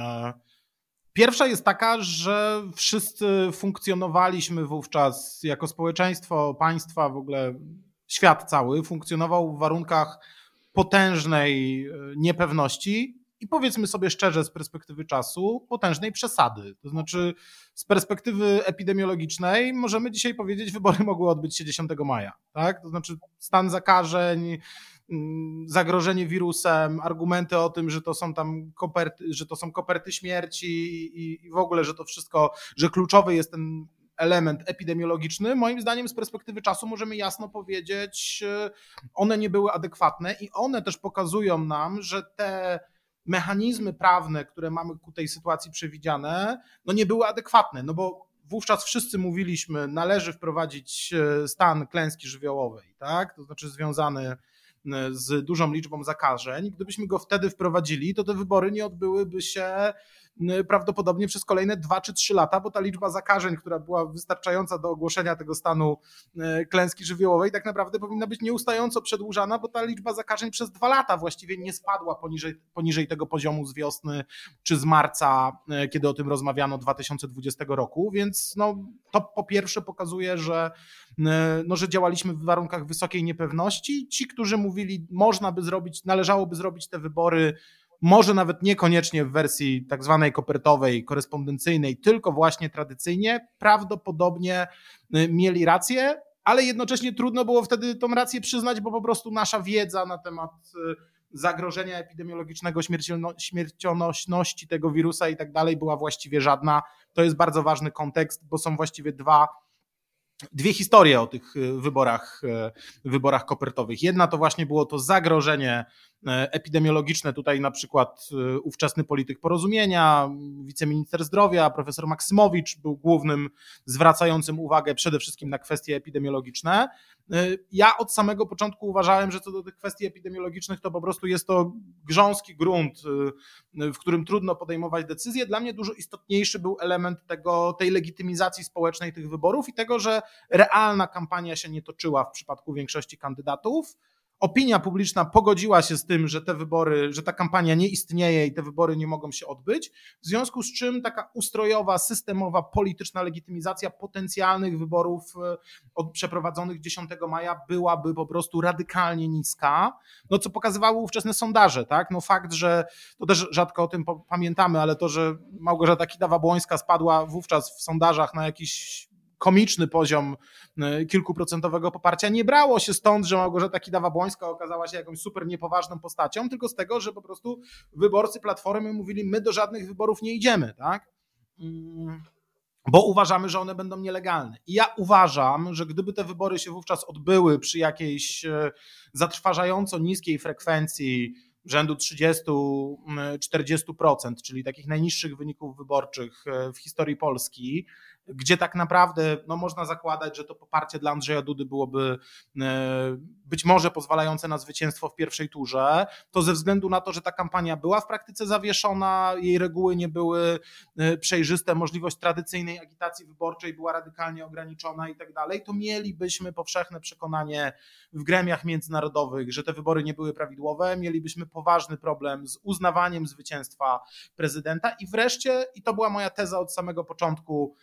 Pierwsza jest taka, że wszyscy funkcjonowaliśmy wówczas jako społeczeństwo, państwa, w ogóle świat cały funkcjonował w warunkach potężnej niepewności i powiedzmy sobie szczerze z perspektywy czasu potężnej przesady. To znaczy z perspektywy epidemiologicznej możemy dzisiaj powiedzieć, wybory mogły odbyć się 10 maja. Tak? To znaczy stan zakażeń, zagrożenie wirusem, argumenty o tym, że to są tam koperty śmierci i w ogóle, że to wszystko, że kluczowy jest ten element epidemiologiczny, moim zdaniem z perspektywy czasu możemy jasno powiedzieć, one nie były adekwatne i one też pokazują nam, że te mechanizmy prawne, które mamy ku tej sytuacji przewidziane, nie były adekwatne, bo wówczas wszyscy mówiliśmy, należy wprowadzić stan klęski żywiołowej, tak? To znaczy związany z dużą liczbą zakażeń. Gdybyśmy go wtedy wprowadzili, to te wybory nie odbyłyby się prawdopodobnie przez kolejne 2 czy 3 lata, bo ta liczba zakażeń, która była wystarczająca do ogłoszenia tego stanu klęski żywiołowej, tak naprawdę powinna być nieustająco przedłużana, bo ta liczba zakażeń przez 2 lata właściwie nie spadła poniżej tego poziomu z wiosny czy z marca, kiedy o tym rozmawiano 2020 roku, więc to po pierwsze pokazuje, że działaliśmy w warunkach wysokiej niepewności. Ci, którzy mówili, należałoby zrobić te wybory, może nawet niekoniecznie w wersji tak zwanej kopertowej, korespondencyjnej, tylko właśnie tradycyjnie, prawdopodobnie mieli rację, ale jednocześnie trudno było wtedy tą rację przyznać, bo po prostu nasza wiedza na temat zagrożenia epidemiologicznego, śmiercionośności tego wirusa i tak dalej była właściwie żadna. To jest bardzo ważny kontekst, bo są właściwie dwie historie o tych wyborach kopertowych. Jedna to właśnie było to zagrożenie epidemiologiczne, tutaj na przykład ówczesny polityk Porozumienia, wiceminister zdrowia, profesor Maksymowicz był głównym zwracającym uwagę przede wszystkim na kwestie epidemiologiczne. Ja od samego początku uważałem, że co do tych kwestii epidemiologicznych to po prostu jest to grząski grunt, w którym trudno podejmować decyzje. Dla mnie dużo istotniejszy był element tej legitymizacji społecznej tych wyborów i tego, że realna kampania się nie toczyła w przypadku większości kandydatów, Opinia publiczna pogodziła się z tym, że te wybory, że ta kampania nie istnieje i te wybory nie mogą się odbyć, w związku z czym taka ustrojowa, systemowa, polityczna legitymizacja potencjalnych wyborów przeprowadzonych 10 maja byłaby po prostu radykalnie niska, no co pokazywały ówczesne sondaże, tak? No fakt, że to też rzadko o tym pamiętamy, ale to, że Małgorzata Kidawa-Błońska spadła wówczas w sondażach na jakiś komiczny poziom kilkuprocentowego poparcia, nie brało się stąd, że Małgorzata Kidawa-Błońska okazała się jakąś super niepoważną postacią, tylko z tego, że po prostu wyborcy Platformy mówili, my do żadnych wyborów nie idziemy, tak? Bo uważamy, że one będą nielegalne. I ja uważam, że gdyby te wybory się wówczas odbyły przy jakiejś zatrważająco niskiej frekwencji rzędu 30-40%, czyli takich najniższych wyników wyborczych w historii Polski, gdzie tak naprawdę no, można zakładać, że to poparcie dla Andrzeja Dudy byłoby być może pozwalające na zwycięstwo w pierwszej turze, to ze względu na to, że ta kampania była w praktyce zawieszona, jej reguły nie były przejrzyste, możliwość tradycyjnej agitacji wyborczej była radykalnie ograniczona i tak dalej, to mielibyśmy powszechne przekonanie w gremiach międzynarodowych, że te wybory nie były prawidłowe, mielibyśmy poważny problem z uznawaniem zwycięstwa prezydenta i wreszcie, i to była moja teza od samego początku,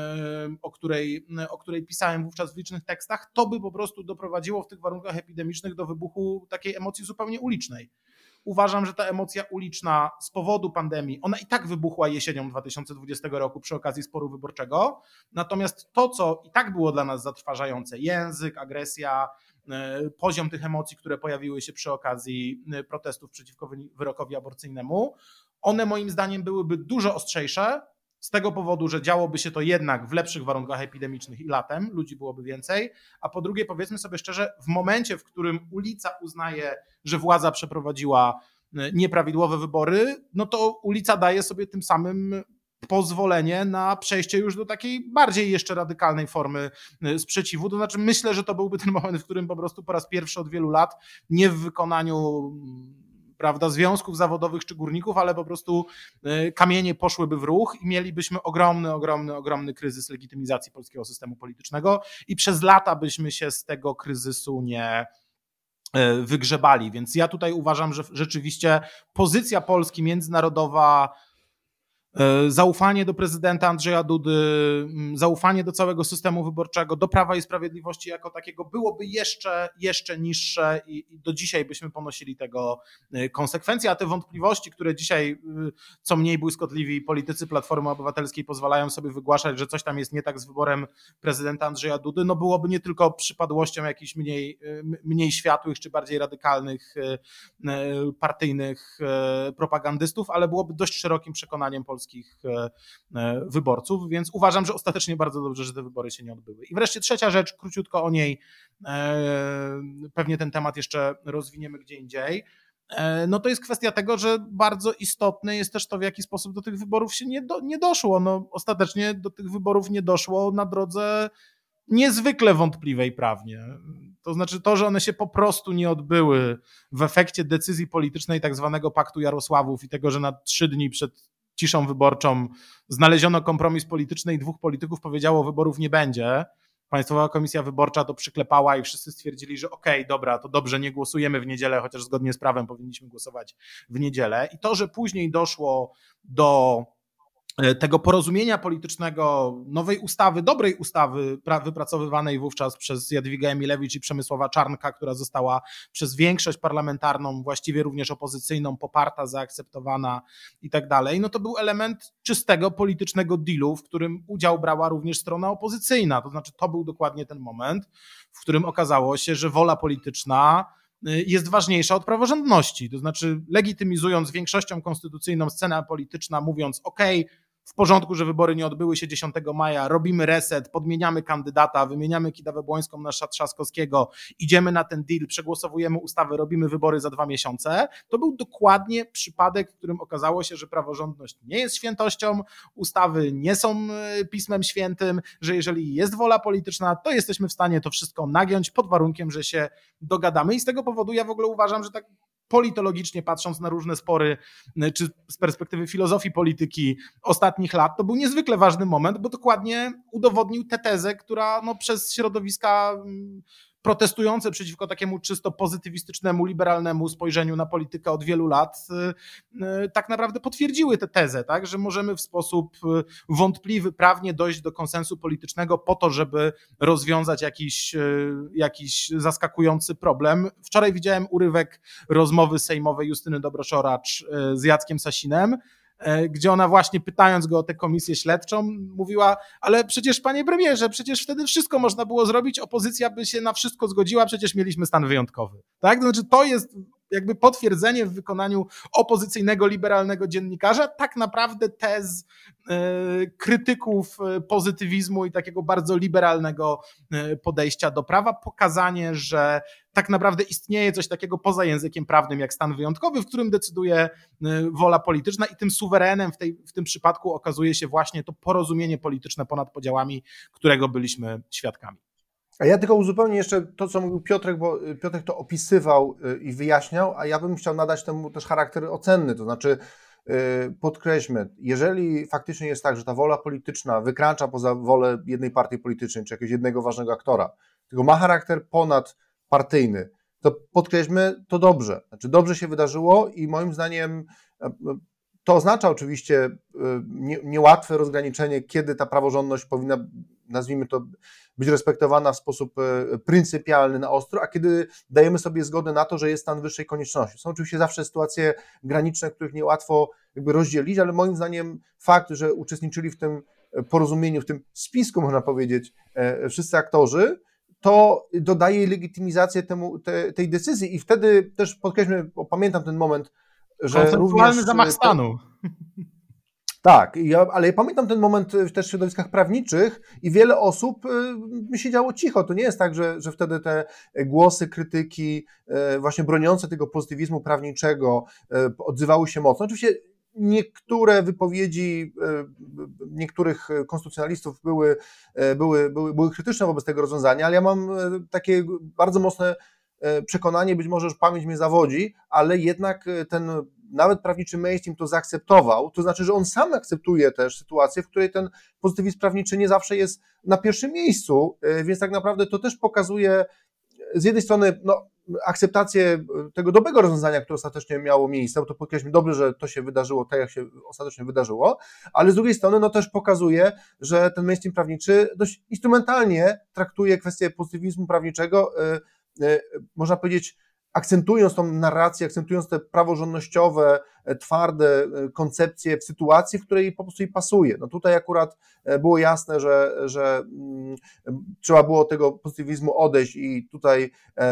o której pisałem wówczas w licznych tekstach, to by po prostu doprowadziło w tych warunkach epidemicznych do wybuchu takiej emocji zupełnie ulicznej. Uważam, że ta emocja uliczna z powodu pandemii, ona i tak wybuchła jesienią 2020 roku przy okazji sporu wyborczego, natomiast to, co i tak było dla nas zatrważające, język, agresja, poziom tych emocji, które pojawiły się przy okazji protestów przeciwko wyrokowi aborcyjnemu, one moim zdaniem byłyby dużo ostrzejsze, z tego powodu, że działoby się to jednak w lepszych warunkach epidemicznych i latem, ludzi byłoby więcej, a po drugie, powiedzmy sobie szczerze, w momencie, w którym ulica uznaje, że władza przeprowadziła nieprawidłowe wybory, no to ulica daje sobie tym samym pozwolenie na przejście już do takiej bardziej jeszcze radykalnej formy sprzeciwu. To znaczy myślę, że to byłby ten moment, w którym po prostu po raz pierwszy od wielu lat, nie w wykonaniu prawda, związków zawodowych czy górników, ale po prostu kamienie poszłyby w ruch i mielibyśmy ogromny kryzys legitymizacji polskiego systemu politycznego i przez lata byśmy się z tego kryzysu nie wygrzebali. Więc ja tutaj uważam, że rzeczywiście pozycja Polski międzynarodowa, zaufanie do prezydenta Andrzeja Dudy, zaufanie do całego systemu wyborczego, do Prawa i Sprawiedliwości jako takiego byłoby jeszcze niższe i do dzisiaj byśmy ponosili tego konsekwencje, a te wątpliwości, które dzisiaj co mniej błyskotliwi politycy Platformy Obywatelskiej pozwalają sobie wygłaszać, że coś tam jest nie tak z wyborem prezydenta Andrzeja Dudy, no byłoby nie tylko przypadłością jakichś mniej światłych czy bardziej radykalnych partyjnych propagandystów, ale byłoby dość szerokim przekonaniem polskich wyborców, więc uważam, że ostatecznie bardzo dobrze, że te wybory się nie odbyły. I wreszcie trzecia rzecz, króciutko o niej, pewnie ten temat jeszcze rozwiniemy gdzie indziej, no to jest kwestia tego, że bardzo istotne jest też to, w jaki sposób do tych wyborów się nie doszło. No, ostatecznie do tych wyborów nie doszło na drodze niezwykle wątpliwej prawnie. To znaczy to, że one się po prostu nie odbyły w efekcie decyzji politycznej tak zwanego Paktu Jarosławów i tego, że na 3 dni przed ciszą wyborczą znaleziono kompromis polityczny i 2 polityków powiedziało, wyborów nie będzie. Państwowa Komisja Wyborcza to przyklepała i wszyscy stwierdzili, że okej, dobra, to dobrze, nie głosujemy w niedzielę, chociaż zgodnie z prawem powinniśmy głosować w niedzielę. I to, że później doszło do tego porozumienia politycznego, nowej ustawy, dobrej ustawy wypracowywanej wówczas przez Jadwigę Emilewicz i Przemysława Czarnka, która została przez większość parlamentarną, właściwie również opozycyjną, poparta, zaakceptowana i tak dalej, no to był element czystego politycznego dealu, w którym udział brała również strona opozycyjna. To znaczy to był dokładnie ten moment, w którym okazało się, że wola polityczna jest ważniejsza od praworządności. To znaczy legitymizując większotrzością konstytucyjną scenę polityczną, mówiąc okej, w porządku, że wybory nie odbyły się 10 maja, robimy reset, podmieniamy kandydata, wymieniamy Kidawę-Błońską na Trzaskowskiego, idziemy na ten deal, przegłosowujemy ustawę, robimy wybory za 2 miesiące. To był dokładnie przypadek, w którym okazało się, że praworządność nie jest świętością, ustawy nie są pismem świętym, że jeżeli jest wola polityczna, to jesteśmy w stanie to wszystko nagiąć pod warunkiem, że się dogadamy i z tego powodu ja w ogóle uważam, że tak politologicznie patrząc na różne spory, czy z perspektywy filozofii polityki ostatnich lat, to był niezwykle ważny moment, bo dokładnie udowodnił tę tezę, która no, przez środowiska protestujące przeciwko takiemu czysto pozytywistycznemu, liberalnemu spojrzeniu na politykę od wielu lat tak naprawdę potwierdziły tę tezę, tak, że możemy w sposób wątpliwy prawnie dojść do konsensu politycznego po to, żeby rozwiązać jakiś zaskakujący problem. Wczoraj widziałem urywek rozmowy sejmowej Justyny Dobrosz-Oracz z Jackiem Sasinem, gdzie ona właśnie pytając go o tę komisję śledczą mówiła, ale przecież panie premierze, przecież wtedy wszystko można było zrobić, opozycja by się na wszystko zgodziła, przecież mieliśmy stan wyjątkowy. Tak? To znaczy to jest jakby potwierdzenie w wykonaniu opozycyjnego, liberalnego dziennikarza tak naprawdę tez krytyków pozytywizmu i takiego bardzo liberalnego podejścia do prawa, pokazanie, że tak naprawdę istnieje coś takiego poza językiem prawnym jak stan wyjątkowy, w którym decyduje wola polityczna i tym suwerenem w tym przypadku okazuje się właśnie to porozumienie polityczne ponad podziałami, którego byliśmy świadkami.
A ja tylko uzupełnię jeszcze to, co mówił Piotrek, bo Piotrek to opisywał i wyjaśniał, a ja bym chciał nadać temu też charakter ocenny, to znaczy podkreślmy, jeżeli faktycznie jest tak, że ta wola polityczna wykracza poza wolę jednej partii politycznej, czy jakiegoś jednego ważnego aktora, tylko ma charakter ponadpartyjny, to podkreślmy, to dobrze. Znaczy dobrze się wydarzyło i moim zdaniem to oznacza oczywiście niełatwe rozgraniczenie, kiedy ta praworządność powinna, nazwijmy to, być respektowana w sposób pryncypialny, na ostro, a kiedy dajemy sobie zgodę na to, że jest stan wyższej konieczności. Są oczywiście zawsze sytuacje graniczne, których niełatwo jakby rozdzielić, ale moim zdaniem fakt, że uczestniczyli w tym porozumieniu, w tym spisku, można powiedzieć, wszyscy aktorzy, to dodaje legitymizację tej decyzji i wtedy też podkreślmy, pamiętam ten moment, że również
zamach stanu.
Tak, ale ja pamiętam ten moment też w środowiskach prawniczych i wiele osób siedziało cicho. To nie jest tak, że wtedy te głosy krytyki właśnie broniące tego pozytywizmu prawniczego odzywały się mocno. Oczywiście niektóre wypowiedzi niektórych konstytucjonalistów były krytyczne wobec tego rozwiązania, ale ja mam takie bardzo mocne przekonanie, być może już pamięć mnie zawodzi, ale jednak ten nawet prawniczy mainstream to zaakceptował, to znaczy, że on sam akceptuje też sytuację, w której ten pozytywizm prawniczy nie zawsze jest na pierwszym miejscu, więc tak naprawdę to też pokazuje z jednej strony akceptację tego dobrego rozwiązania, które ostatecznie miało miejsce, bo to podkreślmy dobrze, że to się wydarzyło tak, jak się ostatecznie wydarzyło, ale z drugiej strony też pokazuje, że ten mainstream prawniczy dość instrumentalnie traktuje kwestię pozytywizmu prawniczego, można powiedzieć, akcentując tą narrację, akcentując te praworządnościowe, twarde koncepcje w sytuacji, w której po prostu jej pasuje. No tutaj akurat było jasne, że trzeba było od tego pozytywizmu odejść i tutaj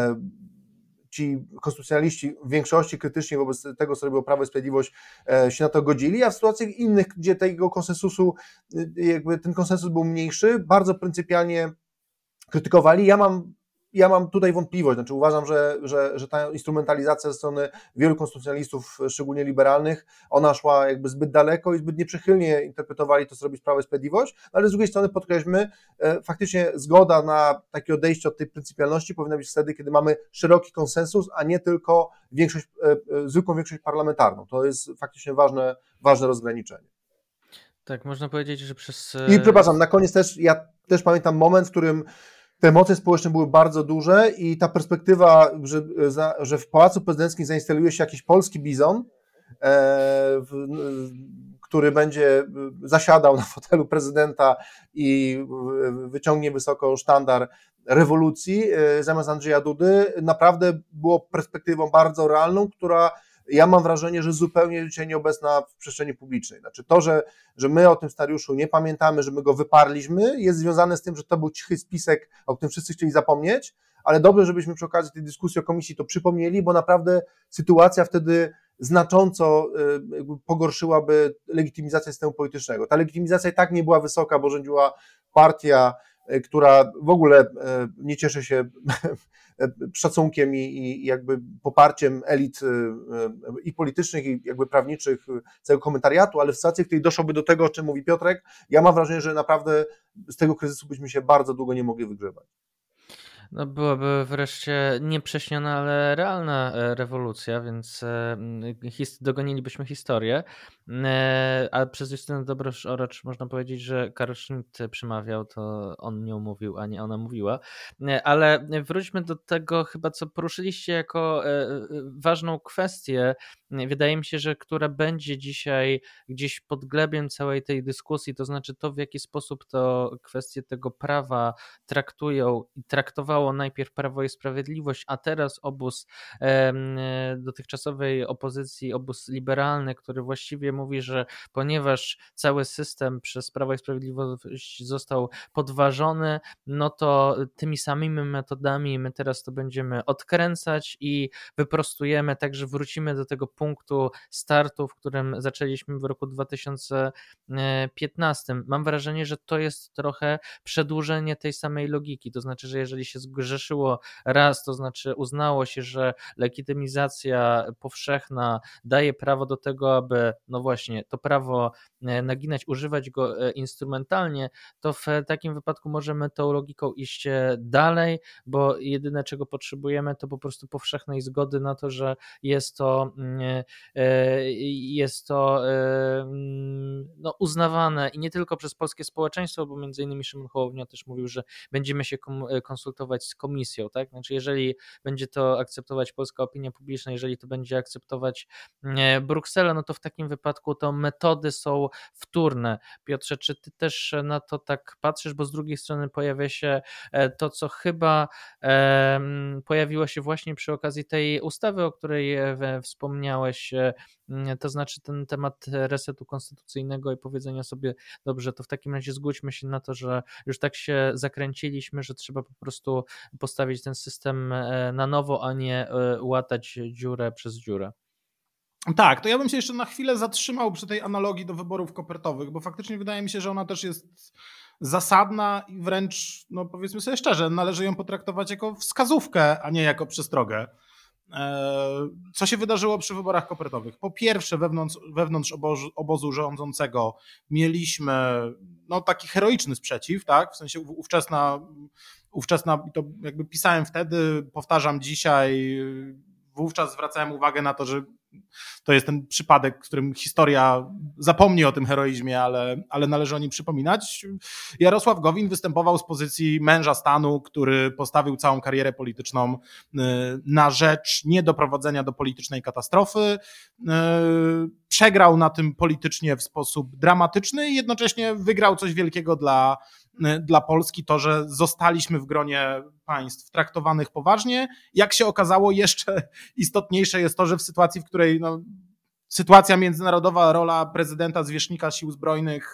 ci konstytucjonaliści w większości krytyczni wobec tego, co robiło Prawo i Sprawiedliwość, się na to godzili, a w sytuacjach innych, gdzie tego konsensusu, jakby ten konsensus był mniejszy, bardzo pryncypialnie krytykowali. Ja mam tutaj wątpliwość, znaczy uważam, że ta instrumentalizacja ze strony wielu konstytucjonalistów, szczególnie liberalnych, ona szła jakby zbyt daleko i zbyt nieprzychylnie interpretowali to, co robi Prawo i Sprawiedliwość, ale z drugiej strony podkreślmy, faktycznie zgoda na takie odejście od tej pryncypialności powinna być wtedy, kiedy mamy szeroki konsensus, a nie tylko zwykłą większość parlamentarną. To jest faktycznie ważne rozgraniczenie.
Tak, można powiedzieć, że
I przepraszam, na koniec też, ja też pamiętam moment, w którym te emocje społeczne były bardzo duże i ta perspektywa, że w Pałacu Prezydenckim zainstaluje się jakiś polski bizon, który będzie zasiadał na fotelu prezydenta i wyciągnie wysoko sztandar rewolucji zamiast Andrzeja Dudy, naprawdę było perspektywą bardzo realną, która ja mam wrażenie, że zupełnie dzisiaj nieobecna w przestrzeni publicznej. Znaczy to, że my o tym scenariuszu nie pamiętamy, że my go wyparliśmy, jest związane z tym, że to był cichy spisek, o którym wszyscy chcieli zapomnieć, ale dobrze, żebyśmy przy okazji tej dyskusji o komisji to przypomnieli, bo naprawdę sytuacja wtedy znacząco pogorszyłaby legitymizację systemu politycznego. Ta legitymizacja i tak nie była wysoka, bo rządziła partia, która w ogóle nie cieszy się szacunkiem i jakby poparciem elit i politycznych, i jakby prawniczych całego komentariatu, ale w sytuacji, w której doszłoby do tego, o czym mówi Piotrek, ja mam wrażenie, że naprawdę z tego kryzysu byśmy się bardzo długo nie mogli wygrzebać.
No byłaby wreszcie nieprześniona, ale realna rewolucja, więc dogonilibyśmy historię. A przez Justynę Dobrosz-Oracz można powiedzieć, że Karl Schmitt przemawiał, to on nią mówił, a nie ona mówiła. Ale wróćmy do tego chyba, co poruszyliście jako ważną kwestię. Wydaje mi się, że która będzie dzisiaj gdzieś podglebiem całej tej dyskusji, to znaczy to, w jaki sposób to kwestie tego prawa traktują i traktowało najpierw Prawo i Sprawiedliwość, a teraz obóz dotychczasowej opozycji, obóz liberalny, który właściwie mówi, że ponieważ cały system przez Prawo i Sprawiedliwość został podważony, no to tymi samymi metodami my teraz to będziemy odkręcać i wyprostujemy, także wrócimy do tego punktu startu, w którym zaczęliśmy w roku 2015. Mam wrażenie, że to jest trochę przedłużenie tej samej logiki, to znaczy, że jeżeli się zgrzeszyło raz, to znaczy uznało się, że legitymizacja powszechna daje prawo do tego, aby no właśnie to prawo naginać, używać go instrumentalnie, to w takim wypadku możemy tą logiką iść dalej, bo jedyne czego potrzebujemy to po prostu powszechnej zgody na to, że jest to no, uznawane i nie tylko przez polskie społeczeństwo, bo między innymi Szymon Hołownia też mówił, że będziemy się konsultować z komisją, tak? Znaczy jeżeli będzie to akceptować polska opinia publiczna, jeżeli to będzie akceptować Bruksela, no to w takim wypadku to metody są wtórne. Piotrze, czy ty też na to tak patrzysz, bo z drugiej strony pojawia się to, co chyba pojawiło się właśnie przy okazji tej ustawy, o której wspomniałeś, to znaczy ten temat resetu konstytucyjnego i powiedzenia sobie, dobrze, to w takim razie zgódźmy się na to, że już tak się zakręciliśmy, że trzeba po prostu postawić ten system na nowo, a nie łatać dziurę przez dziurę.
Tak, to ja bym się jeszcze na chwilę zatrzymał przy tej analogii do wyborów kopertowych, bo faktycznie wydaje mi się, że ona też jest zasadna i wręcz, no powiedzmy sobie szczerze, należy ją potraktować jako wskazówkę, a nie jako przestrogę. Co się wydarzyło przy wyborach kopertowych? Po pierwsze, wewnątrz obozu rządzącego mieliśmy no, taki heroiczny sprzeciw, tak? W sensie ówczesna, to jakby pisałem wtedy, powtarzam dzisiaj, wówczas zwracałem uwagę na to, że to jest ten przypadek, w którym historia zapomni o tym heroizmie, ale należy o nim przypominać. Jarosław Gowin występował z pozycji męża stanu, który postawił całą karierę polityczną na rzecz niedoprowadzenia do politycznej katastrofy. Przegrał na tym politycznie w sposób dramatyczny i jednocześnie wygrał coś wielkiego dla Polski, to, że zostaliśmy w gronie państw traktowanych poważnie. Jak się okazało, jeszcze istotniejsze jest to, że w sytuacji, w której no, sytuacja międzynarodowa, rola prezydenta, zwierzchnika sił zbrojnych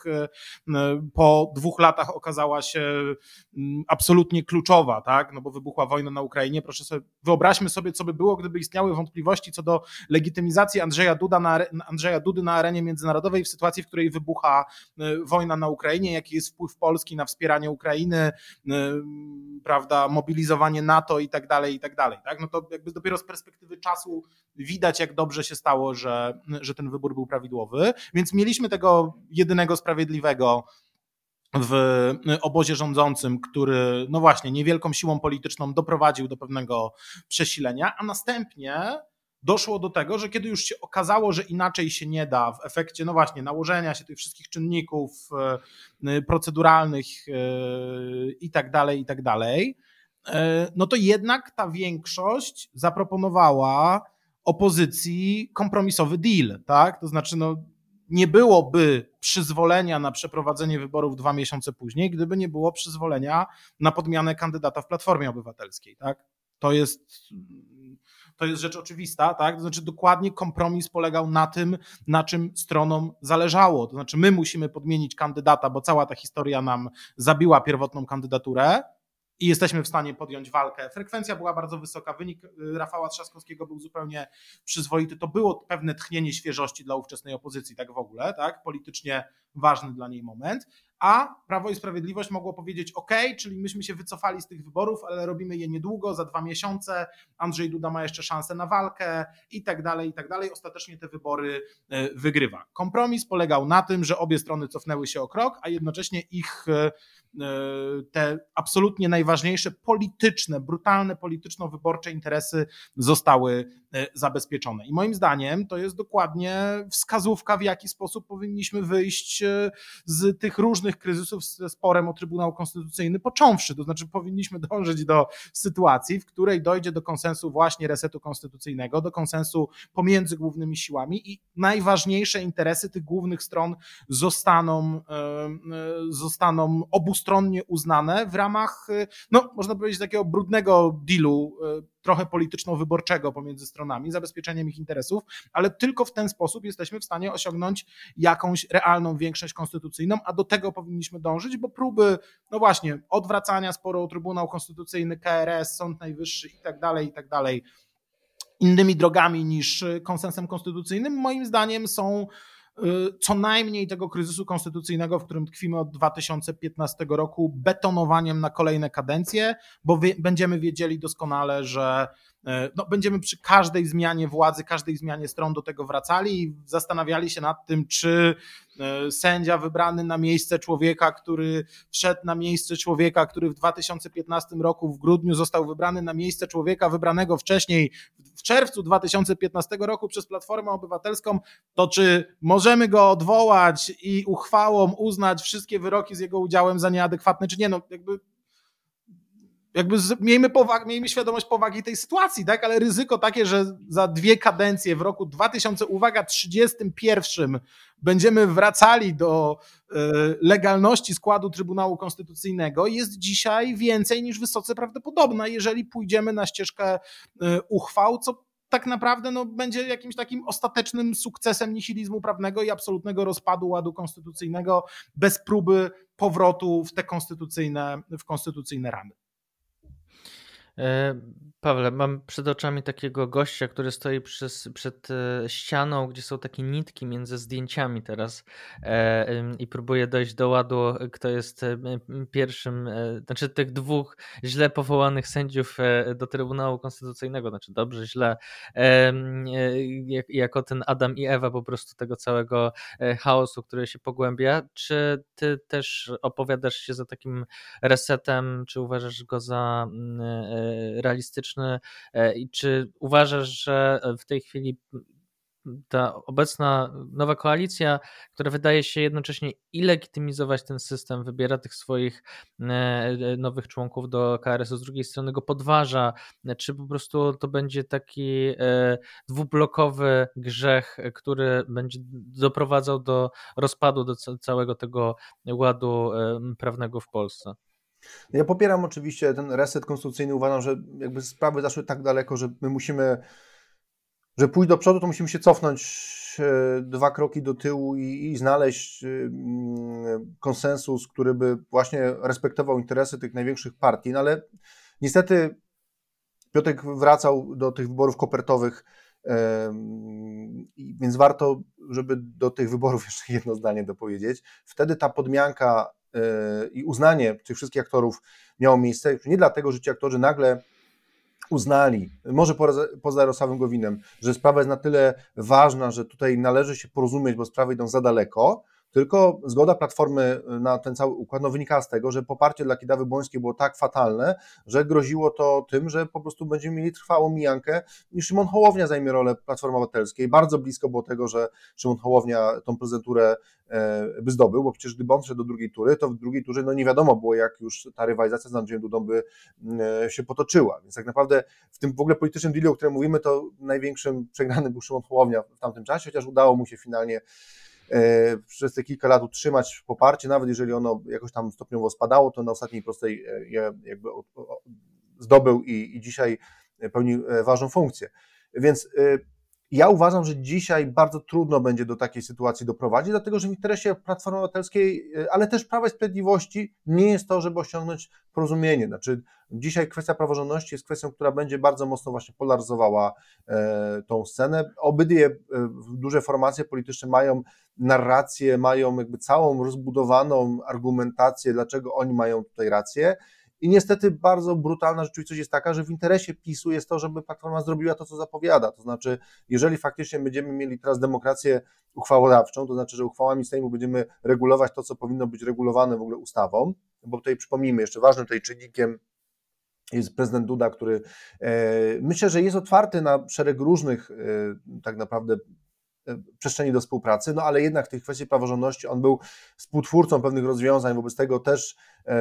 po 2 latach okazała się absolutnie kluczowa, tak? No bo wybuchła wojna na Ukrainie. Wyobraźmy sobie, co by było, gdyby istniały wątpliwości co do legitymizacji Andrzeja Dudy na arenie międzynarodowej w sytuacji, w której wybucha wojna na Ukrainie, jaki jest wpływ Polski na wspieranie Ukrainy, prawda, mobilizowanie NATO i tak dalej, tak? No to jakby dopiero z perspektywy czasu widać, jak dobrze się stało, że ten wybór był prawidłowy, więc mieliśmy tego jedynego sprawiedliwego w obozie rządzącym, który no właśnie niewielką siłą polityczną doprowadził do pewnego przesilenia, a następnie doszło do tego, że kiedy już się okazało, że inaczej się nie da w efekcie no właśnie nałożenia się tych wszystkich czynników proceduralnych i tak dalej, no to jednak ta większość zaproponowała opozycji kompromisowy deal, tak? To znaczy no, nie byłoby przyzwolenia na przeprowadzenie wyborów 2 miesiące później, gdyby nie było przyzwolenia na podmianę kandydata w Platformie Obywatelskiej, tak? To jest rzecz oczywista, tak? To znaczy dokładnie kompromis polegał na tym, na czym stronom zależało. To znaczy my musimy podmienić kandydata, bo cała ta historia nam zabiła pierwotną kandydaturę, i jesteśmy w stanie podjąć walkę. Frekwencja była bardzo wysoka, wynik Rafała Trzaskowskiego był zupełnie przyzwoity. To było pewne tchnienie świeżości dla ówczesnej opozycji, tak w ogóle, tak? Politycznie ważny dla niej moment. A Prawo i Sprawiedliwość mogło powiedzieć OK, czyli myśmy się wycofali z tych wyborów, ale robimy je niedługo, za 2 miesiące, Andrzej Duda ma jeszcze szansę na walkę i tak dalej. Ostatecznie te wybory wygrywa. Kompromis polegał na tym, że obie strony cofnęły się o krok, a jednocześnie ich te absolutnie najważniejsze polityczne, brutalne polityczno-wyborcze interesy zostały zabezpieczone. I moim zdaniem to jest dokładnie wskazówka, w jaki sposób powinniśmy wyjść z tych różnych kryzysów ze sporem o Trybunał Konstytucyjny począwszy. To znaczy powinniśmy dążyć do sytuacji, w której dojdzie do konsensu właśnie resetu konstytucyjnego, do konsensu pomiędzy głównymi siłami i najważniejsze interesy tych głównych stron zostaną obustronnie uznane w ramach, no można powiedzieć, takiego brudnego dealu, trochę polityczno-wyborczego pomiędzy stronami, zabezpieczeniem ich interesów, ale tylko w ten sposób jesteśmy w stanie osiągnąć jakąś realną większość konstytucyjną, a do tego powinniśmy dążyć, bo próby, no właśnie, odwracania sporu o Trybunał Konstytucyjny, KRS, Sąd Najwyższy i tak dalej, innymi drogami niż konsensem konstytucyjnym, moim zdaniem są co najmniej tego kryzysu konstytucyjnego, w którym tkwimy od 2015 roku, betonowaniem na kolejne kadencje, bo będziemy wiedzieli doskonale, że będziemy przy każdej zmianie władzy, każdej zmianie stron do tego wracali i zastanawiali się nad tym, czy sędzia wybrany na miejsce człowieka, który wszedł na miejsce człowieka, który w 2015 roku w grudniu został wybrany na miejsce człowieka wybranego wcześniej w czerwcu 2015 roku przez Platformę Obywatelską, to czy możemy go odwołać i uchwałą uznać wszystkie wyroki z jego udziałem za nieadekwatne, czy nie? No miejmy świadomość powagi tej sytuacji, tak? Ale ryzyko takie, że za 2 kadencje w roku 2031 będziemy wracali do legalności składu Trybunału Konstytucyjnego, jest dzisiaj więcej niż wysoce prawdopodobne, jeżeli pójdziemy na ścieżkę uchwał, co tak naprawdę będzie jakimś takim ostatecznym sukcesem nihilizmu prawnego i absolutnego rozpadu ładu konstytucyjnego bez próby powrotu w te konstytucyjne ramy.
Pawle, mam przed oczami takiego gościa, który stoi przed ścianą, gdzie są takie nitki między zdjęciami teraz i próbuje dojść do ładu, kto jest pierwszym, znaczy tych 2 źle powołanych sędziów do Trybunału Konstytucyjnego, znaczy dobrze, źle, jako ten Adam i Ewa po prostu tego całego chaosu, który się pogłębia. Czy ty też opowiadasz się za takim resetem, czy uważasz go za realistyczny i czy uważasz, że w tej chwili ta obecna nowa koalicja, która wydaje się jednocześnie i legitymizować ten system, wybiera tych swoich nowych członków do KRS-u, z drugiej strony go podważa, czy po prostu to będzie taki dwublokowy grzech, który będzie doprowadzał do rozpadu do całego tego ładu prawnego w Polsce?
Ja popieram oczywiście ten reset konstytucyjny, uważam, że jakby sprawy zaszły tak daleko, że my musimy, że pójść do przodu, to musimy się cofnąć 2 kroki do tyłu i znaleźć konsensus, który by właśnie respektował interesy tych największych partii, no ale niestety Piotrek wracał do tych wyborów kopertowych, więc warto, żeby do tych wyborów jeszcze jedno zdanie dopowiedzieć. Wtedy ta podmianka i uznanie tych wszystkich aktorów miało miejsce, nie dlatego, że ci aktorzy nagle uznali, może poza Jarosławem Gowinem, że sprawa jest na tyle ważna, że tutaj należy się porozumieć, bo sprawy idą za daleko, tylko zgoda Platformy na ten cały układ wynikała z tego, że poparcie dla Kidawy Błońskiej było tak fatalne, że groziło to tym, że po prostu będziemy mieli trwałą mijankę i Szymon Hołownia zajmie rolę Platformy Obywatelskiej. Bardzo blisko było tego, że Szymon Hołownia tą prezydenturę by zdobył, bo przecież gdyby on szedł do drugiej tury, to w drugiej turze nie wiadomo było, jak już ta rywalizacja z Andrzejem Dudą by się potoczyła. Więc tak naprawdę w tym w ogóle politycznym dealu, o którym mówimy, to największym przegranym był Szymon Hołownia w tamtym czasie, chociaż udało mu się finalnie przez te kilka lat utrzymać poparcie, nawet jeżeli ono jakoś tam stopniowo spadało, to na ostatniej prostej je jakby zdobył i dzisiaj pełni ważną funkcję. Więc ja uważam, że dzisiaj bardzo trudno będzie do takiej sytuacji doprowadzić, dlatego że w interesie Platformy Obywatelskiej, ale też Prawa i Sprawiedliwości nie jest to, żeby osiągnąć porozumienie. Znaczy, dzisiaj kwestia praworządności jest kwestią, która będzie bardzo mocno właśnie polaryzowała tą scenę. Obydwie duże formacje polityczne mają narrację, mają jakby całą rozbudowaną argumentację, dlaczego oni mają tutaj rację. I niestety bardzo brutalna rzeczywistość jest taka, że w interesie PiS-u jest to, żeby Platforma zrobiła to, co zapowiada. To znaczy, jeżeli faktycznie będziemy mieli teraz demokrację uchwałodawczą, to znaczy, że uchwałami Sejmu będziemy regulować to, co powinno być regulowane w ogóle ustawą, bo tutaj przypomnijmy, jeszcze ważnym tutaj czynnikiem jest prezydent Duda, który myślę, że jest otwarty na szereg różnych tak naprawdę przestrzeni do współpracy, no ale jednak w tej kwestii praworządności on był współtwórcą pewnych rozwiązań, wobec tego też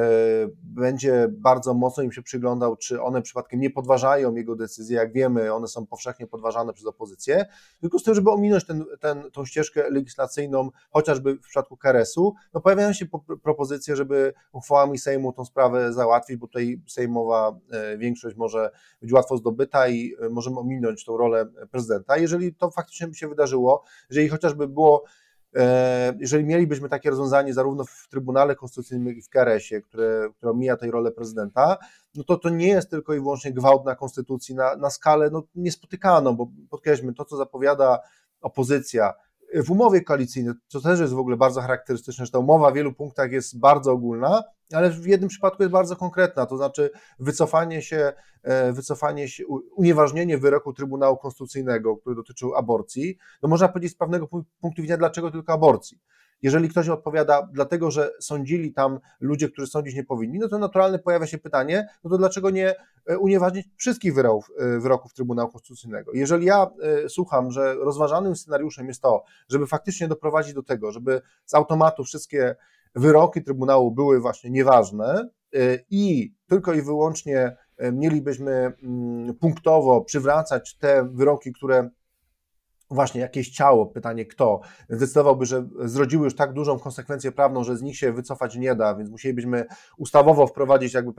będzie bardzo mocno im się przyglądał, czy one przypadkiem nie podważają jego decyzji. Jak wiemy, one są powszechnie podważane przez opozycję, tylko z tym, żeby ominąć tą ścieżkę legislacyjną, chociażby w przypadku KRS-u, no pojawiają się propozycje, żeby uchwałami Sejmu tą sprawę załatwić, bo tutaj sejmowa większość może być łatwo zdobyta i możemy ominąć tą rolę prezydenta. Jeżeli to faktycznie by się wydarzyło, jeżeli chociażby było, jeżeli mielibyśmy takie rozwiązanie zarówno w Trybunale Konstytucyjnym, jak i w KRS-ie, które omija tej rolę prezydenta, no to nie jest tylko i wyłącznie gwałt na konstytucji na skalę niespotykaną, bo podkreślmy, to co zapowiada opozycja w umowie koalicyjnej, to też jest w ogóle bardzo charakterystyczne, że ta umowa w wielu punktach jest bardzo ogólna, ale w jednym przypadku jest bardzo konkretna, to znaczy wycofanie się, unieważnienie wyroku Trybunału Konstytucyjnego, który dotyczył aborcji, no można powiedzieć z pewnego punktu widzenia, dlaczego tylko aborcji. Jeżeli ktoś odpowiada, dlatego że sądzili tam ludzie, którzy sądzić nie powinni, no to naturalnie pojawia się pytanie, no to dlaczego nie unieważnić wszystkich wyroków Trybunału Konstytucyjnego? Jeżeli ja słucham, że rozważanym scenariuszem jest to, żeby faktycznie doprowadzić do tego, żeby z automatu wszystkie wyroki Trybunału były właśnie nieważne i tylko i wyłącznie mielibyśmy punktowo przywracać te wyroki, które właśnie jakieś ciało, pytanie kto, zdecydowałby, że zrodziły już tak dużą konsekwencję prawną, że z nich się wycofać nie da, więc musielibyśmy ustawowo wprowadzić jakby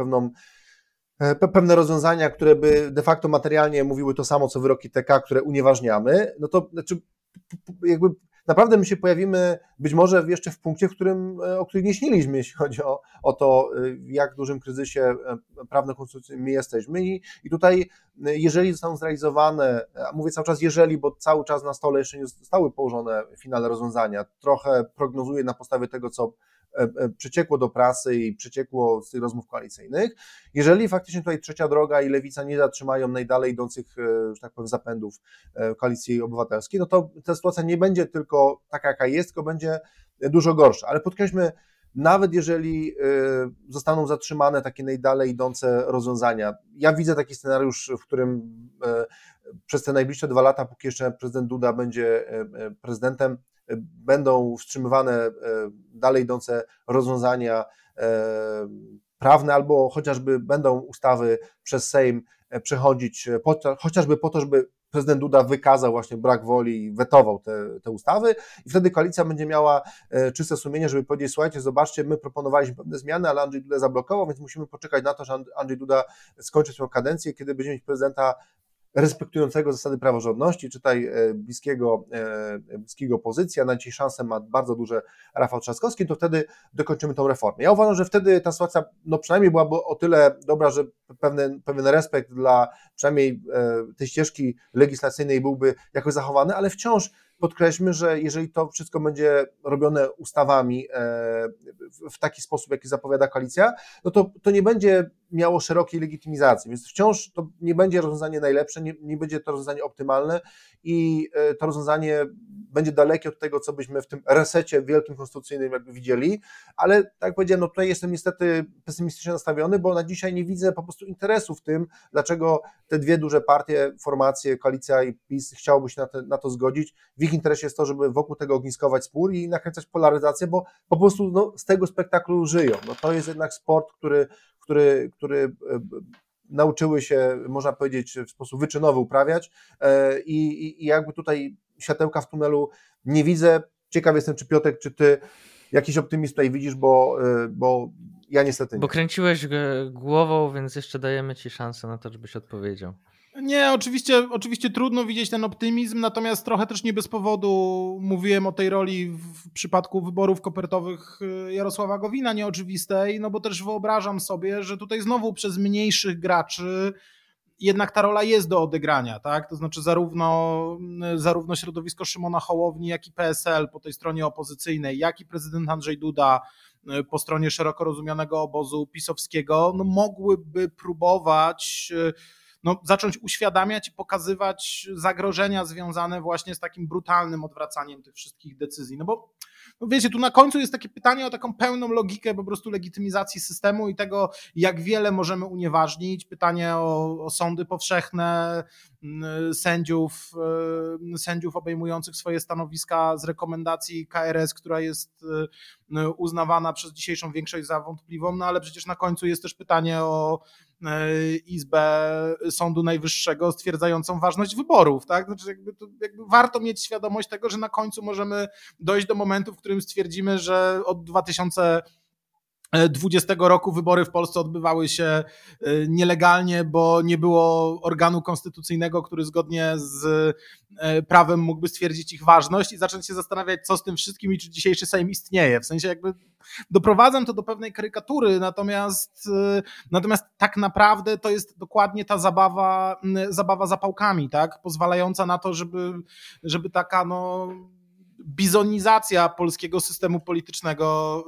pewne rozwiązania, które by de facto materialnie mówiły to samo, co wyroki TK, które unieważniamy, no to znaczy jakby naprawdę my się pojawimy być może jeszcze w punkcie, o którym nie śniliśmy, jeśli chodzi o to, w jak dużym kryzysie prawno-konstytucyjnym my jesteśmy i tutaj, jeżeli zostaną zrealizowane, a mówię cały czas jeżeli, bo cały czas na stole jeszcze nie zostały położone finalne rozwiązania, trochę prognozuję na podstawie tego, co przyciekło do prasy i przyciekło z tych rozmów koalicyjnych. Jeżeli faktycznie tutaj Trzecia Droga i Lewica nie zatrzymają najdalej idących, że tak powiem, zapędów Koalicji Obywatelskiej, no to ta sytuacja nie będzie tylko taka, jaka jest, tylko będzie dużo gorsza. Ale podkreślmy, nawet jeżeli zostaną zatrzymane takie najdalej idące rozwiązania, ja widzę taki scenariusz, w którym przez te najbliższe 2 lata, póki jeszcze prezydent Duda będzie prezydentem, będą wstrzymywane dalej idące rozwiązania prawne albo chociażby będą ustawy przez Sejm przechodzić, chociażby po to, żeby prezydent Duda wykazał właśnie brak woli i wetował te ustawy i wtedy koalicja będzie miała czyste sumienie, żeby powiedzieć, słuchajcie, zobaczcie, my proponowaliśmy pewne zmiany, ale Andrzej Duda zablokował, więc musimy poczekać na to, że Andrzej Duda skończy swoją kadencję, kiedy będziemy mieć prezydenta respektującego zasady praworządności, czytaj bliskiego opozycji, a na dzisiaj szansę ma bardzo duże Rafał Trzaskowski, to wtedy dokończymy tą reformę. Ja uważam, że wtedy ta sytuacja przynajmniej byłaby o tyle dobra, że pewien respekt dla przynajmniej tej ścieżki legislacyjnej byłby jakoś zachowany, ale wciąż podkreślmy, że jeżeli to wszystko będzie robione ustawami w taki sposób, jaki zapowiada koalicja, no to nie będzie miało szerokiej legitymizacji, więc wciąż to nie będzie rozwiązanie najlepsze, nie będzie to rozwiązanie optymalne i to rozwiązanie będzie dalekie od tego, co byśmy w tym resecie wielkim konstytucyjnym jakby widzieli, ale tak jak powiedziałem, no tutaj jestem niestety pesymistycznie nastawiony, bo na dzisiaj nie widzę po prostu interesu w tym, dlaczego te dwie duże partie, formacje, koalicja i PiS chciałoby się na to zgodzić. W ich interesie jest to, żeby wokół tego ogniskować spór i nakręcać polaryzację, bo po prostu z tego spektaklu żyją. No to jest jednak sport, który nauczyły się, można powiedzieć, w sposób wyczynowy uprawiać i jakby tutaj światełka w tunelu nie widzę. Ciekaw jestem, czy Piotrek, czy ty jakiś optymizm tutaj widzisz, bo ja niestety nie.
Bo kręciłeś głową, więc jeszcze dajemy ci szansę na to, żebyś odpowiedział.
Nie, oczywiście trudno widzieć ten optymizm, natomiast trochę też nie bez powodu mówiłem o tej roli w przypadku wyborów kopertowych Jarosława Gowina nieoczywistej, no bo też wyobrażam sobie, że tutaj znowu przez mniejszych graczy jednak ta rola jest do odegrania, tak? To znaczy zarówno środowisko Szymona Hołowni, jak i PSL po tej stronie opozycyjnej, jak i prezydent Andrzej Duda po stronie szeroko rozumianego obozu pisowskiego, no mogłyby próbować zacząć uświadamiać i pokazywać zagrożenia związane właśnie z takim brutalnym odwracaniem tych wszystkich decyzji. No bo wiecie, tu na końcu jest takie pytanie o taką pełną logikę po prostu legitymizacji systemu i tego, jak wiele możemy unieważnić. Pytanie o sądy powszechne, sędziów obejmujących swoje stanowiska z rekomendacji KRS, która jest uznawana przez dzisiejszą większość za wątpliwą, no ale przecież na końcu jest też pytanie o Izbę Sądu Najwyższego stwierdzającą ważność wyborów, tak? Znaczy jakby warto mieć świadomość tego, że na końcu możemy dojść do momentu, w którym stwierdzimy, że od 2020 roku wybory w Polsce odbywały się nielegalnie, bo nie było organu konstytucyjnego, który zgodnie z prawem mógłby stwierdzić ich ważność i zacząć się zastanawiać, co z tym wszystkim i czy dzisiejszy Sejm istnieje. W sensie jakby doprowadzam to do pewnej karykatury, natomiast tak naprawdę to jest dokładnie ta zabawa zapałkami, tak? Pozwalająca na to, żeby taka bizonizacja polskiego systemu politycznego,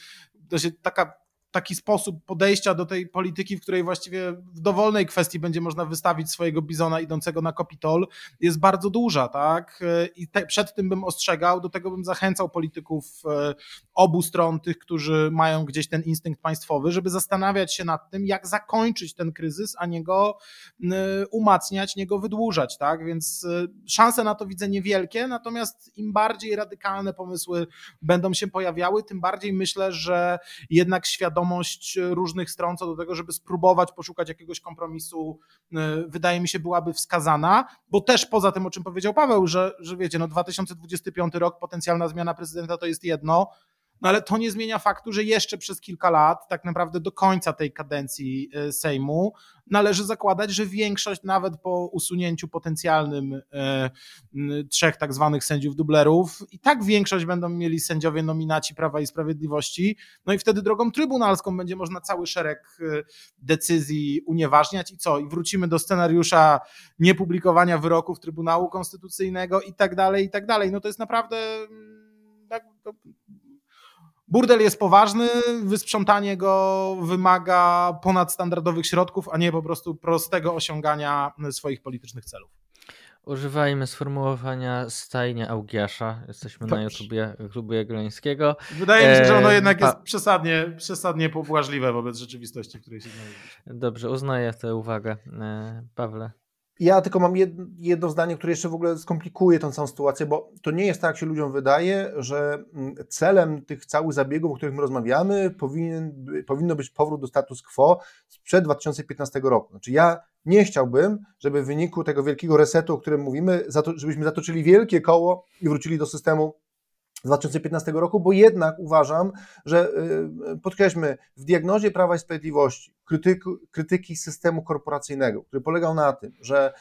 taki sposób podejścia do tej polityki, w której właściwie w dowolnej kwestii będzie można wystawić swojego bizona idącego na Kapitol, jest bardzo duża, tak? I przed tym bym ostrzegał, do tego bym zachęcał polityków obu stron, tych, którzy mają gdzieś ten instynkt państwowy, żeby zastanawiać się nad tym, jak zakończyć ten kryzys, a nie go umacniać, nie go wydłużać, tak? Więc szanse na to widzę niewielkie, natomiast im bardziej radykalne pomysły będą się pojawiały, tym bardziej myślę, że jednak świadomość różnych stron co do tego, żeby spróbować poszukać jakiegoś kompromisu, wydaje mi się, byłaby wskazana, bo też poza tym, o czym powiedział Paweł, że wiecie, 2025 rok, potencjalna zmiana prezydenta to jest jedno, ale to nie zmienia faktu, że jeszcze przez kilka lat, tak naprawdę do końca tej kadencji Sejmu, należy zakładać, że większość, nawet po usunięciu potencjalnym 3 tak zwanych sędziów dublerów, i tak większość będą mieli sędziowie nominaci Prawa i Sprawiedliwości, no i wtedy drogą trybunalską będzie można cały szereg decyzji unieważniać i co? I wrócimy do scenariusza niepublikowania wyroków Trybunału Konstytucyjnego i tak dalej, i tak dalej. No to jest naprawdę... Burdel jest poważny, wysprzątanie go wymaga ponadstandardowych środków, a nie po prostu prostego osiągania swoich politycznych celów.
Używajmy sformułowania stajnia Augiasza. Jesteśmy na YouTubie Klubu Jagiellońskiego.
Wydaje mi się, że ono jednak jest przesadnie pobłażliwe wobec rzeczywistości, w której się znaleźliśmy.
Dobrze, uznaję tę uwagę. Pawle?
Ja tylko mam jedno zdanie, które jeszcze w ogóle skomplikuje tę całą sytuację, bo to nie jest tak, jak się ludziom wydaje, że celem tych całych zabiegów, o których my rozmawiamy, powinno być powrót do status quo sprzed 2015 roku. Znaczy ja nie chciałbym, żeby w wyniku tego wielkiego resetu, o którym mówimy, żebyśmy zatoczyli wielkie koło i wrócili do systemu z 2015 roku, bo jednak uważam, że podkreślmy, w diagnozie Prawa i Sprawiedliwości krytyki systemu korporacyjnego, który polegał na tym, że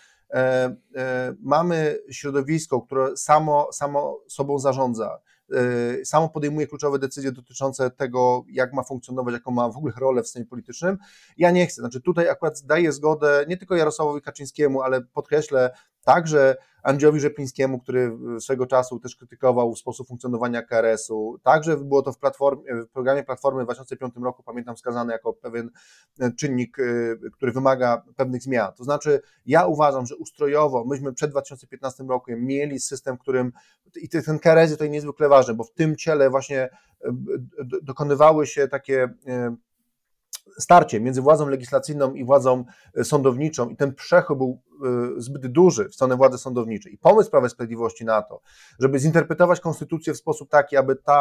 mamy środowisko, które samo sobą zarządza, samo podejmuje kluczowe decyzje dotyczące tego, jak ma funkcjonować, jaką ma w ogóle rolę w systemie politycznym. Ja nie chcę, znaczy tutaj akurat daję zgodę nie tylko Jarosławowi Kaczyńskiemu, ale podkreślę także Andrzejowi Rzeplińskiemu, który swego czasu też krytykował sposób funkcjonowania KRS-u. Także było to w programie Platformy w 2005 roku, pamiętam, wskazane jako pewien czynnik, który wymaga pewnych zmian. To znaczy ja uważam, że ustrojowo myśmy przed 2015 rokiem mieli system, w którym i ten KRS tutaj niezwykle ważny, bo w tym ciele właśnie dokonywały się takie starcie między władzą legislacyjną i władzą sądowniczą i ten przechód był zbyt duży w stronę władzy sądowniczej. I pomysł Prawa i Sprawiedliwości na to, żeby zinterpretować konstytucję w sposób taki,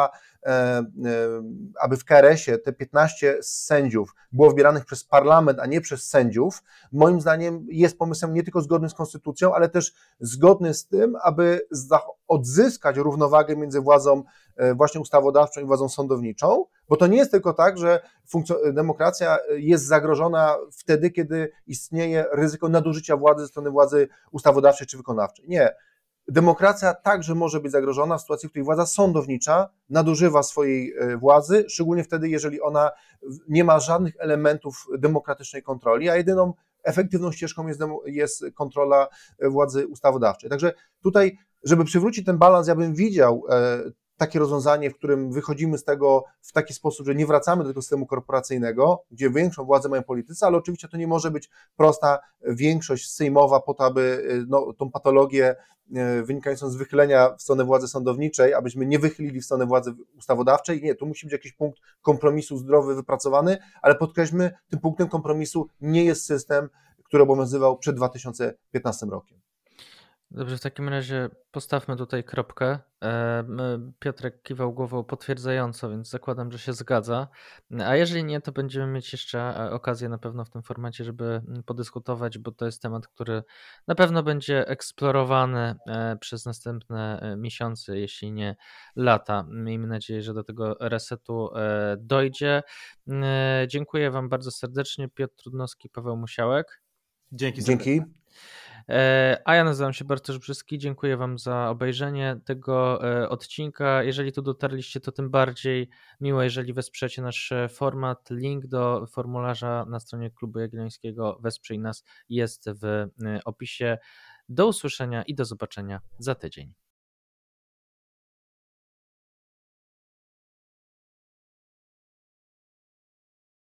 aby w KRS-ie te 15 sędziów było wybieranych przez parlament, a nie przez sędziów, moim zdaniem jest pomysłem nie tylko zgodnym z konstytucją, ale też zgodny z tym, aby odzyskać równowagę między władzą właśnie ustawodawczą i władzą sądowniczą, bo to nie jest tylko tak, że demokracja jest zagrożona wtedy, kiedy istnieje ryzyko nadużycia władzy ze strony władzy ustawodawczej czy wykonawczej. Nie. Demokracja także może być zagrożona w sytuacji, w której władza sądownicza nadużywa swojej władzy, szczególnie wtedy, jeżeli ona nie ma żadnych elementów demokratycznej kontroli, a jedyną efektywną ścieżką jest kontrola władzy ustawodawczej. Także tutaj, żeby przywrócić ten balans, ja bym widział takie rozwiązanie, w którym wychodzimy z tego w taki sposób, że nie wracamy do tego systemu korporacyjnego, gdzie większą władzę mają politycy, ale oczywiście to nie może być prosta większość sejmowa po to, aby tą patologię wynikającą z wychylenia w stronę władzy sądowniczej, abyśmy nie wychylili w stronę władzy ustawodawczej. Nie, tu musi być jakiś punkt kompromisu zdrowy, wypracowany, ale podkreślmy, tym punktem kompromisu nie jest system, który obowiązywał przed 2015 rokiem.
Dobrze, w takim razie postawmy tutaj kropkę. Piotrek kiwał głową potwierdzająco, więc zakładam, że się zgadza. A jeżeli nie, to będziemy mieć jeszcze okazję na pewno w tym formacie, żeby podyskutować, bo to jest temat, który na pewno będzie eksplorowany przez następne miesiące, jeśli nie lata. Miejmy nadzieję, że do tego resetu dojdzie. Dziękuję Wam bardzo serdecznie. Piotr Trudnowski, Paweł Musiałek.
Dzięki.
Dzięki.
A ja nazywam się Bartosz Brzyski, dziękuję Wam za obejrzenie tego odcinka. Jeżeli tu dotarliście, to tym bardziej miło, jeżeli wesprzecie nasz format. Link do formularza na stronie Klubu Jagiellońskiego Wesprzyj Nas jest w opisie. Do usłyszenia i do zobaczenia za tydzień.